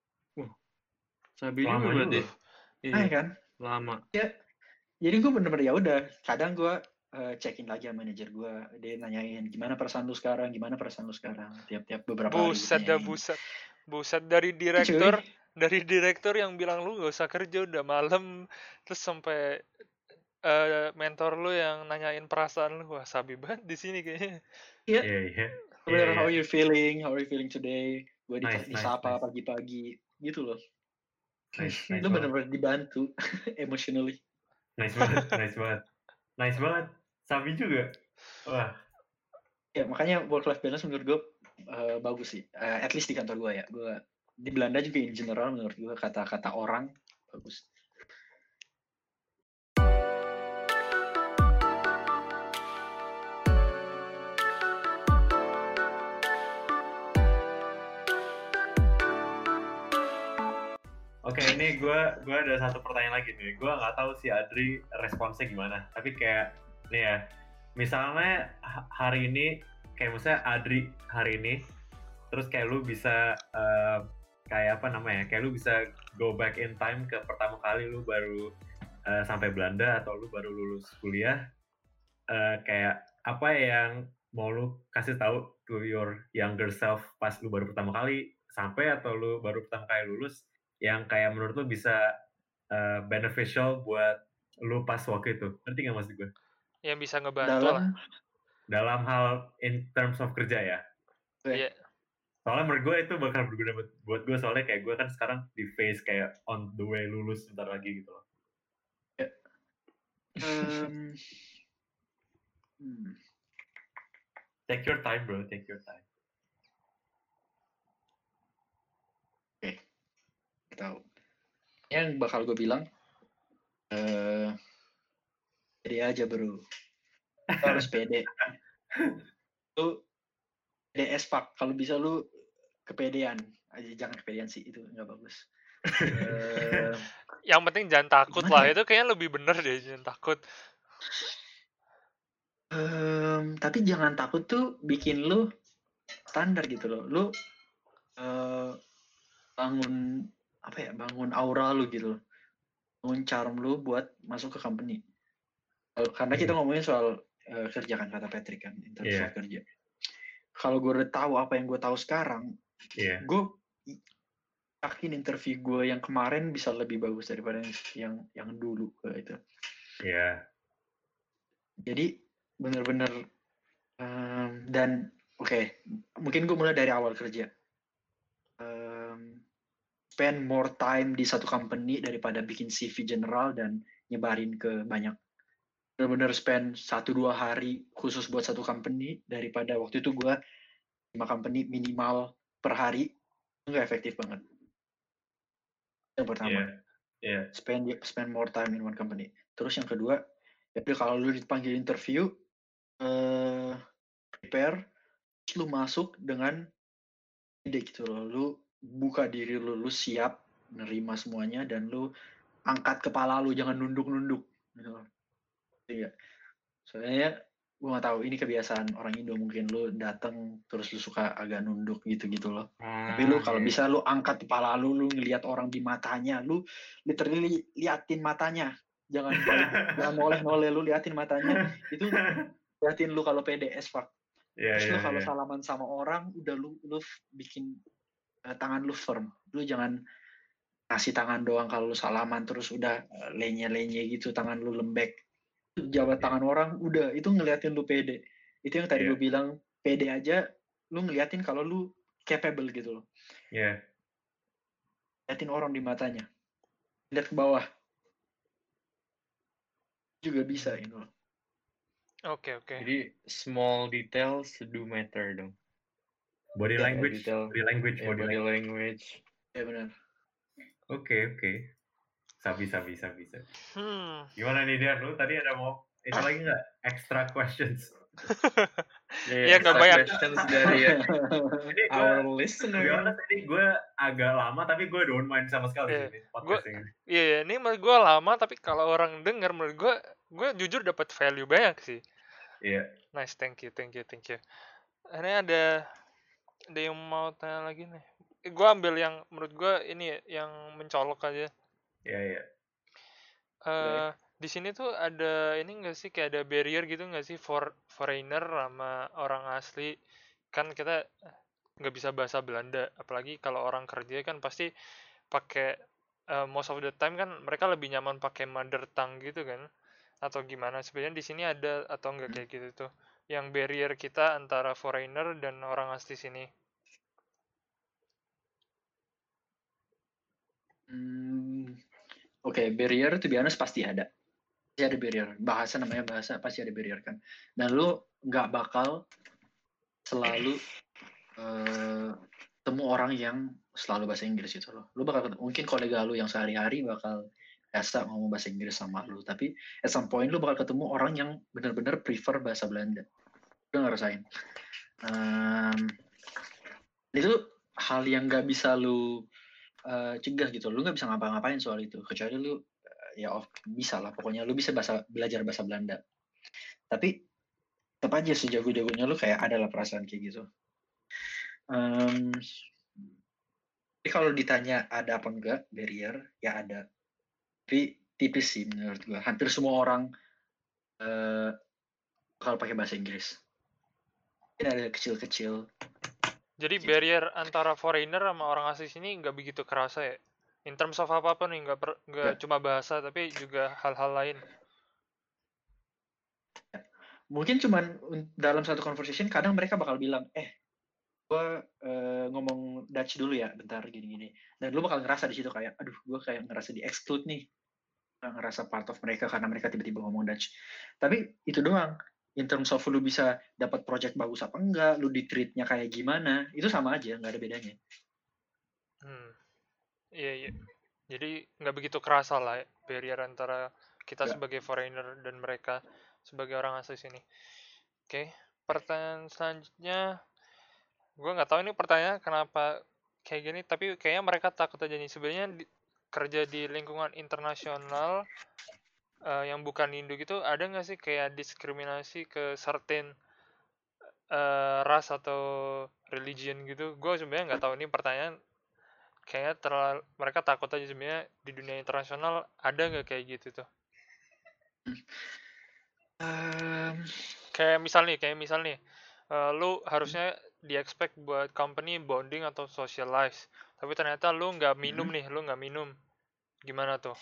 Sabi juga berarti. Iya kan? Lama. Ya. Jadi gue bener-bener ya udah. Kadang gue check-in lagi sama manajer gue. Dia nanyain gimana perasaan lu sekarang, tiap beberapa hari. Buset dari direktur yang bilang lu gak usah kerja udah malam, terus sampai mentor lu yang nanyain perasaan lu. Wah sabi banget di sini kayaknya. Iya. How are you feeling today? Gue disapa pagi-pagi gitu loh. Lu bener-bener dibantu emotionally. Nice banget. Sabi juga. Wah. Ya makanya work life balance menurut gue bagus sih. At least di kantor gue ya. Gue di Belanda juga in general menurut gue kata-kata orang bagus. Oke, ini gue ada satu pertanyaan lagi nih. Gue nggak tahu si Adri responsnya gimana. Tapi kayak nih ya, misalnya hari ini kayak misalnya Adri hari ini, terus kayak lu bisa kayak apa namanya? Kayak lu bisa go back in time ke pertama kali lu baru sampai Belanda atau lu baru lulus kuliah. Kayak apa yang mau lu kasih tahu to your younger self pas lu baru pertama kali sampai atau lu baru pertama kali lulus? Yang kayak menurut lu bisa beneficial buat lu pas waktu itu. Ngerti nggak maksud gue? Yang bisa ngebantu dalam hal in terms of kerja ya. Iya. Soalnya menurut gue itu bakal berguna buat gue, soalnya kayak gue kan sekarang di phase kayak on the way lulus bentar lagi gitu loh. Take your time, bro. Take your time. Oke, tahu. Yang bakal gue bilang, pede aja bro. Lu harus pede. Lu PDS pak. Kalau bisa lu kepedean. Aja jangan kepedean sih, itu nggak bagus. Yang penting jangan takut Gimana lah. ya? Itu kayaknya lebih bener deh, jangan takut. Tapi jangan takut tuh bikin lu standar gitu loh. Lu bangun apa ya? Bangun aura lu gitu loh. Bangun charm lu buat masuk ke company. Karena kita ngomongin soal kerja kan, kata Patrick kan, in terms of kerja. Kalau gue udah tahu apa yang gue tahu sekarang, gue yakin interview gue yang kemarin bisa lebih bagus daripada yang dulu itu. Jadi bener-bener dan oke, mungkin gue mulai dari awal kerja. Spend more time di satu company daripada bikin CV general dan nyebarin ke banyak. Bener-bener spend 1-2 hari khusus buat satu company daripada waktu itu gue 5 company minimal per hari. Nggak efektif banget. Yang pertama, spend more time in one company. Terus yang kedua, ya kalau lu dipanggil interview, prepare, lu masuk dengan ide gitu loh. Lu buka diri lu siap menerima semuanya dan lu angkat kepala lu, jangan nunduk-nunduk gitu loh. Iya. Soalnya gue gak tahu, ini kebiasaan orang Indo, mungkin lu datang terus lu suka agak nunduk gitu loh. Tapi lu kalau bisa lu angkat kepala lu ngelihat orang di matanya, lu literally liatin matanya, jangan noleh lu liatin matanya, itu liatin lu kalau PDS pak. Terus lu kalau salaman sama orang, udah lu bikin tangan lu firm, lu jangan kasih tangan doang kalau lu salaman terus udah lenye-lenye gitu, tangan lu lembek. Jabat tangan orang, udah itu ngeliatin lu pede. Itu yang tadi gue bilang, pede aja lu ngeliatin kalau lu capable gitu loh. Liatin orang di matanya, lihat ke bawah juga bisa gitu loh. Oke. Jadi small details do matter dong. Body language. Ya benar. Oke. Bisa. Gimana nih Dian? Lu tadi ada mau itu lagi nggak? Extra questions? Iya nggak banyak. Questions dari our listener. Ini gue agak lama tapi gue don't mind sama sekali sih podcast ini. Iya, ini menurut gue lama tapi kalau orang denger menurut gue jujur dapat value banyak sih. Iya. Nice, thank you. Ini ada yang mau tanya lagi nih. Gue ambil yang menurut gue ini yang mencolok aja. Iya. Di sini tuh ada ini nggak sih, kayak ada barrier gitu nggak sih foreigner sama orang asli? Kan kita nggak bisa bahasa Belanda, apalagi kalau orang kerja kan pasti pakai most of the time kan mereka lebih nyaman pakai mother tongue gitu kan, atau gimana? Sebenarnya di sini ada atau nggak kayak gitu tuh, yang barrier kita antara foreigner dan orang asli sini? Oke, barrier to be honest pasti ada. Pasti ada barrier. Namanya bahasa pasti ada barrier kan. Dan lu nggak bakal selalu temu orang yang selalu bahasa Inggris gitu loh. Lu bakal mungkin kolega lu yang sehari-hari bakal biasa ngomong bahasa Inggris sama lu, tapi at some point lu bakal ketemu orang yang benar-benar prefer bahasa Belanda. Lu ngerasain. Itu hal yang nggak bisa lu cegah gitu. Lu nggak bisa ngapa-ngapain soal itu, kecuali lu bisa lah, pokoknya lu bisa belajar bahasa Belanda. Tapi tetap aja sejago-jagonya lu kayak ada lah perasaan kayak gitu. Tapi kalau ditanya ada apa enggak barrier, ya ada. Tapi tipis sih menurut gua. Hampir semua orang kalau pakai bahasa Inggris. Ini ada kecil-kecil. Jadi barrier antara foreigner sama orang asli sini nggak begitu kerasa ya? In terms of apa-apa nih, nggak cuma bahasa tapi juga hal-hal lain. Mungkin cuman dalam satu conversation kadang mereka bakal bilang, gue ngomong Dutch dulu ya, bentar gini-gini. Dan lu bakal ngerasa di situ kayak, aduh, gue kayak ngerasa di exclude nih, ngerasa part of mereka karena mereka tiba-tiba ngomong Dutch. Tapi itu doang. in terms of lu bisa dapat project bagus apa enggak, lu di treatnya kayak gimana, itu sama aja, nggak ada bedanya. Iya. Jadi nggak begitu kerasa lah barrier antara kita Nggak. sebagai foreigner dan mereka sebagai orang asli sini. Oke, pertanyaan selanjutnya, gue nggak tahu ini pertanyaan kenapa kayak gini, tapi kayaknya mereka takut aja nih. Sebenarnya kerja di lingkungan internasional yang bukan Indo gitu, ada nggak sih kayak diskriminasi ke certain ras atau religion gitu? Gue sebenarnya nggak tahu, ini pertanyaan kayaknya mereka takut aja sebenarnya di dunia internasional ada nggak kayak gitu tuh? Kayak misal nih, lu harusnya di-expect buat company bonding atau socialize, tapi ternyata lu nggak minum nih, lu nggak minum. Gimana tuh?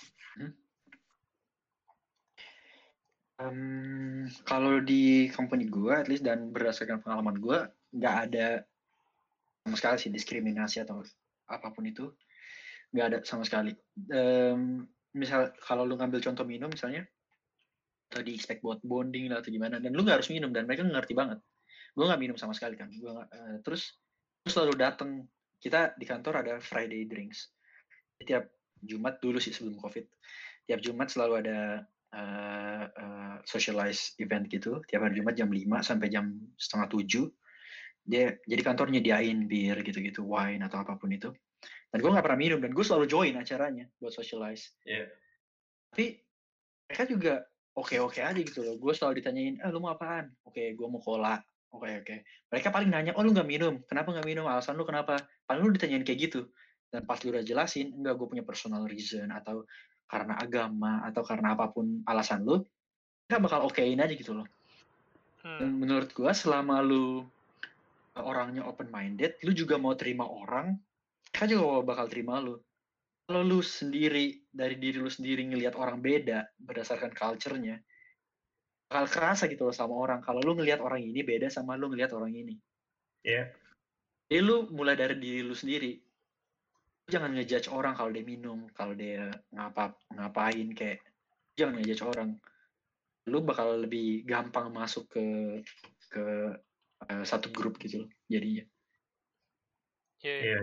Kalau di company gue, at least dan berdasarkan pengalaman gue, nggak ada sama sekali sih diskriminasi atau apapun itu, nggak ada sama sekali. Misal kalau lu ngambil contoh minum misalnya, atau di expect buat bonding lah atau gimana, dan lu nggak harus minum dan mereka ngerti banget. Gue nggak minum sama sekali kan, terus selalu datang. Kita di kantor ada Friday drinks tiap Jumat dulu sih sebelum COVID. Tiap Jumat selalu ada socialize event gitu. Tiap hari Jumat jam 5 sampai jam 6:30. Jadi kantor nyediain bir gitu-gitu, wine atau apapun itu. Dan gue nggak pernah minum dan gue selalu join acaranya buat socialize. Yeah. Tapi mereka juga oke aja gitu loh. Gue selalu ditanyain, lu mau apaan? Oke, gue mau cola. Oke. Mereka paling nanya, lu nggak minum? Kenapa nggak minum? Alasan lu kenapa? Paling lu ditanyain kayak gitu. Dan pas lu udah jelasin, enggak, gue punya personal reason, atau karena agama, atau karena apapun alasan lu, mereka bakal okein aja gitu loh. Dan menurut gue, selama lu orangnya open-minded, lu juga mau terima orang, mereka juga bakal terima lu. Kalau lu sendiri, dari diri lu sendiri ngelihat orang beda, berdasarkan culture-nya, bakal kerasa gitu loh sama orang. Kalau lu ngelihat orang ini beda sama lu ngelihat orang ini. Iya. Jadi lu mulai dari diri lu sendiri. Lu jangan ngejudge orang kalau dia minum, kalau dia ngapain, kayak jangan ngejudge orang. Lu bakal lebih gampang masuk ke satu grup gitu loh jadinya. Iya.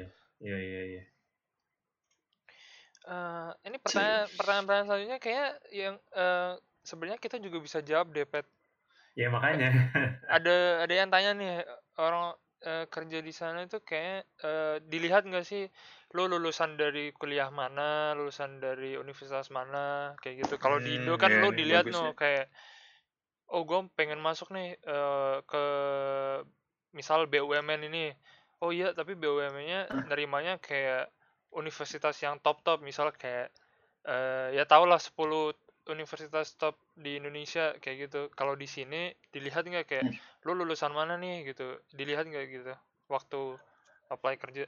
Ini pertanyaan selanjutnya kayak yang sebenarnya kita juga bisa jawab deh, Pet. Ya makanya. Ada yang tanya nih, orang kerja di sana itu kayak dilihat nggak sih lu lulusan dari kuliah mana, lulusan dari universitas mana, kayak gitu. Kalau di Indo kan iya lu nih, dilihat bagus ya. kayak, oh gue pengen masuk nih ke misal BUMN ini. Oh iya, tapi BUMN-nya nerimanya kayak universitas yang top-top, misal kayak ya tau lah 10 universitas top di Indonesia kayak gitu. Kalau di sini dilihat nggak kayak lu lulusan mana nih gitu, dilihat nggak gitu waktu apply kerja?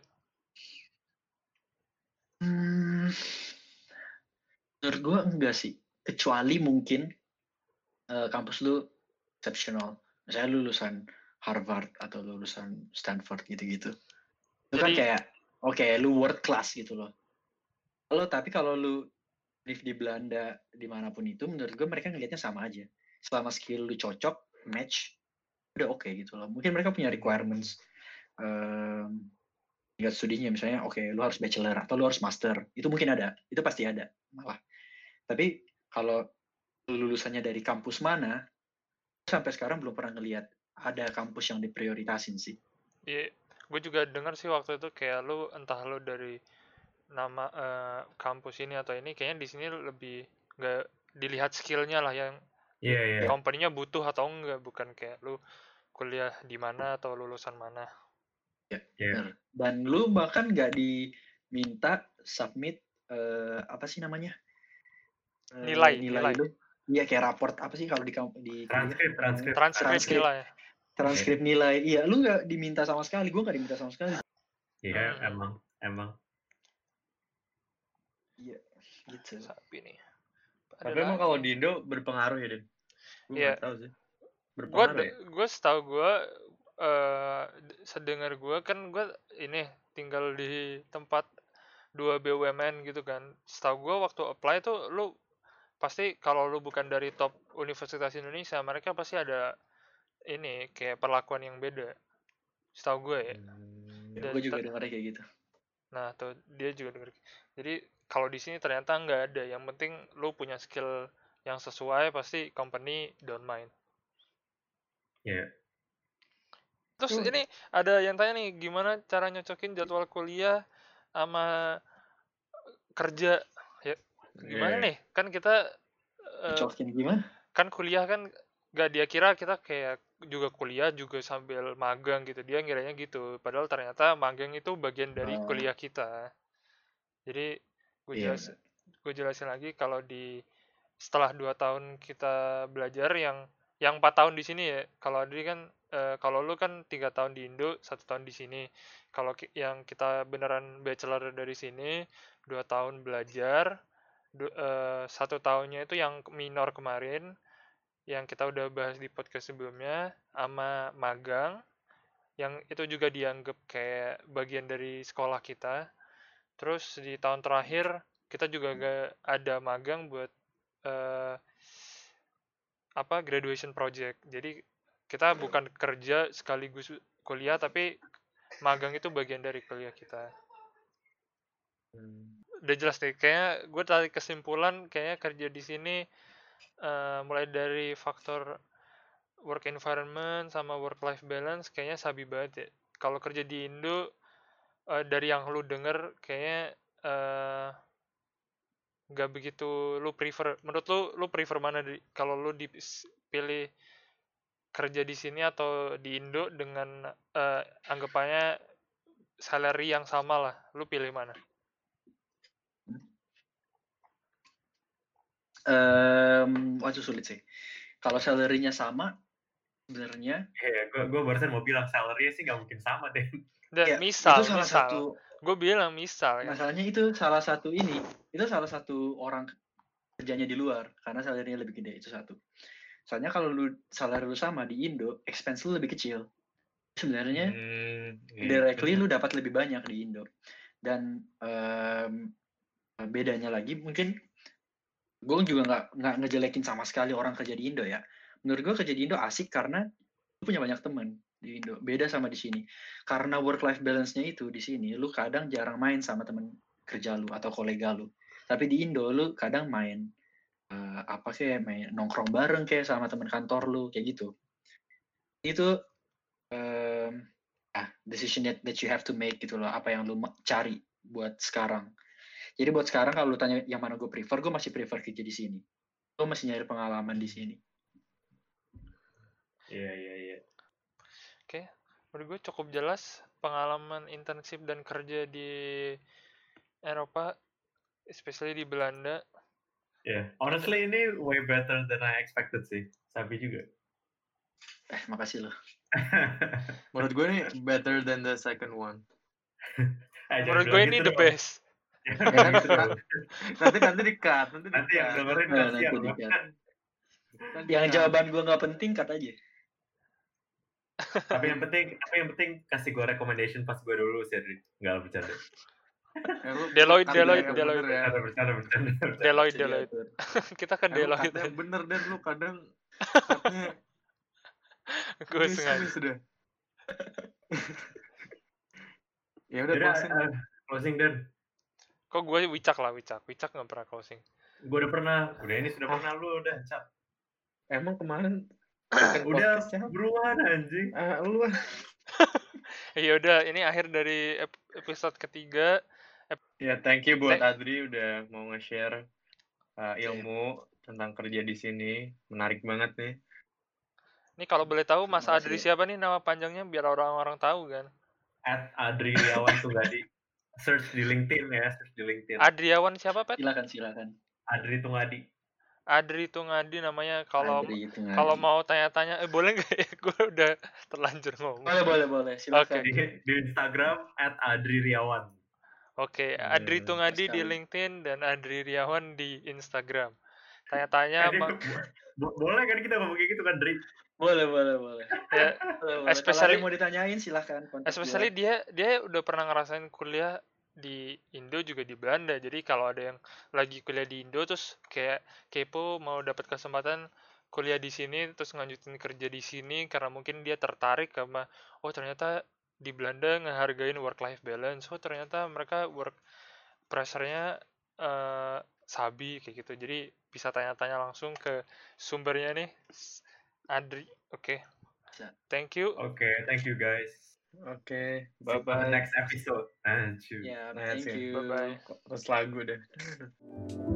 Menurut gue enggak sih, kecuali mungkin kampus lu exceptional. Misalnya lu lulusan Harvard atau lulusan Stanford gitu-gitu. Itu kan kayak, oke, lu world class gitu loh. Tapi kalau lu live di Belanda, dimanapun itu, menurut gue mereka ngelihatnya sama aja. Selama skill lu cocok, match, udah oke gitu loh. Mungkin mereka punya requirements tingkat studinya, misalnya lu harus bachelor atau lu harus master. Itu mungkin ada, itu pasti ada malah. Tapi kalau lulusannya dari kampus mana, sampai sekarang belum pernah ngelihat ada kampus yang diprioritasin sih. Iya, gue juga dengar sih waktu itu kayak lu entah lu dari nama kampus ini atau ini, kayaknya di sini lebih nggak dilihat skillnya lah yang company-nya butuh atau enggak, bukan kayak lu kuliah di mana atau lulusan mana. Benar. Dan lu bahkan nggak diminta submit apa sih namanya, nilai lu. Iya, kayak raport apa sih kalau di transkrip nilai. Transkrip nilai. Iya, lu nggak diminta sama sekali. Gue nggak diminta sama sekali. Iya, emang. Iya, gitu. Sapi nih. Tapi emang kalau di Indo berpengaruh ya, Din? Gue nggak tahu sih. Berpengaruh ya? Gue setahu gue, sedengar gue kan gue ini tinggal di tempat 2 BUMN gitu kan. Setahu gue waktu apply tuh lu pasti kalau lu bukan dari top universitas Indonesia, mereka pasti ada ini kayak perlakuan yang beda. Setahu gue ya. Dan Gue juga dengar kayak gitu. nah, tuh dia juga denger. Jadi kalau di sini ternyata nggak ada. Yang penting lu punya skill yang sesuai, pasti company don't mind. Iya. Terus ini ada yang tanya nih, gimana cara nyocokin jadwal kuliah sama kerja? Ya, gimana nih? Kan kita Cocokin gimana? kan kuliah kan gak dia kira kita kayak juga kuliah juga sambil magang gitu. Dia ngiranya gitu. Padahal ternyata magang itu bagian dari kuliah kita. Jadi gue jelasin lagi kalau setelah 2 tahun kita belajar yang 4 tahun di sini ya. Kalau Adri kan kalau lu kan 3 tahun di Indo, 1 tahun di sini. Kalau yang kita beneran bachelor dari sini, 2 tahun belajar, 1 tahunnya itu yang minor kemarin, yang kita udah bahas di podcast sebelumnya, sama magang, yang itu juga dianggap kayak bagian dari sekolah kita. Terus di tahun terakhir kita juga ada magang buat graduation project. Jadi kita bukan kerja sekaligus kuliah, tapi magang itu bagian dari kuliah kita. Udah jelas deh, kayaknya gue tarik kesimpulan kayaknya kerja di sini mulai dari faktor work environment sama work life balance kayaknya sabi banget ya. Kalau kerja di Indo dari yang lu denger kayaknya nggak begitu lu prefer. Menurut lu prefer mana kalau lu dipilih kerja di sini atau di Indo dengan anggapannya salary yang sama lah, lu pilih mana? Itu sulit sih. Kalau salary-nya sama, sebenarnya. Gue barusan mau bilang salary-nya sih nggak mungkin sama deh. Dan Ya, misal, itu salah satu. Gue bilang misal. Masalahnya itu salah satu ini. Itu salah satu orang kerjanya di luar karena salary-nya lebih gede, itu satu. Soalnya kalau salary lu sama di Indo, expense lu lebih kecil. Sebenarnya directly lu dapat lebih banyak di Indo. Dan bedanya lagi mungkin gue juga nggak ngejelekin sama sekali orang kerja di Indo ya. Menurut gue kerja di Indo asik karena lu punya banyak teman di Indo. Beda sama di sini. Karena work life balance-nya itu di sini lu kadang jarang main sama teman kerja lu atau kolega lu. Tapi di Indo lu kadang main main nongkrong bareng kayak sama teman kantor lu kayak gitu. Itu decision that you have to make gitu loh, apa yang lu cari buat sekarang. Jadi buat sekarang kalau lu tanya yang mana gue masih prefer kerja di sini. Gue masih nyari pengalaman di sini. Iya. Oke, menurut gue cukup jelas pengalaman internship dan kerja di Eropa, especially di Belanda. Yeah, honestly ini way better than I expected sih. Sabi juga. Makasih loh. Menurut gue ini better than the second one. Menurut gue ini the best. Nanti di-cut. Nanti yang dengerin kasihan. Yang jawaban gue nggak penting, cut aja. Tapi yang penting kasih gue recommendation pas gue dulu sih, nggak bercanda. Deloitte. Kita ke Deloitte. Bener dan lu kadang katanya gue sengaja sudah. Ya udah closing dan. Kok gue wicak nggak pernah closing. Gue udah pernah, ini sudah pernah lu udah cap. Emang kemarin udah beruan anjing. Lu. Ya udah, ini akhir dari episode ketiga. Ya, thank you buat Adri udah mau nge-share ilmu tentang kerja di sini. Menarik banget nih. Ini kalau boleh tahu Mas Adri siapa nih nama panjangnya biar orang-orang tahu kan? @Adriawan Tungadi. Search di LinkedIn ya, Adriawan siapa, Pat? Silakan. Adri Tungadi namanya. Kalau mau tanya-tanya, boleh nggak ya? Gue udah terlanjur ngomong. Boleh. Silakan. Okay. Di Instagram @adririawan. Oke, Adri Tungadi di LinkedIn dan Adri Riawan di Instagram. Tanya-tanya boleh kan kita ngomong kayak gitu kan, Dri? Boleh. Ya, especially mau ditanyain silahkan kontak especially dia udah pernah ngerasain kuliah di Indo juga di Belanda. Jadi kalau ada yang lagi kuliah di Indo terus kayak kepo mau dapat kesempatan kuliah di sini terus ngelanjutin kerja di sini karena mungkin dia tertarik sama oh ternyata di Belanda ngehargain work life balance. Oh ternyata mereka work pressure-nya sabi kayak gitu. Jadi bisa tanya-tanya langsung ke sumbernya nih. Adri. Oke. Bisa. Thank you. Oke, thank you guys. Oke, See you on the bye-bye. next episode. Anjir. Ya, Nah, thank sih. you. Bye-bye. Terus lagu deh.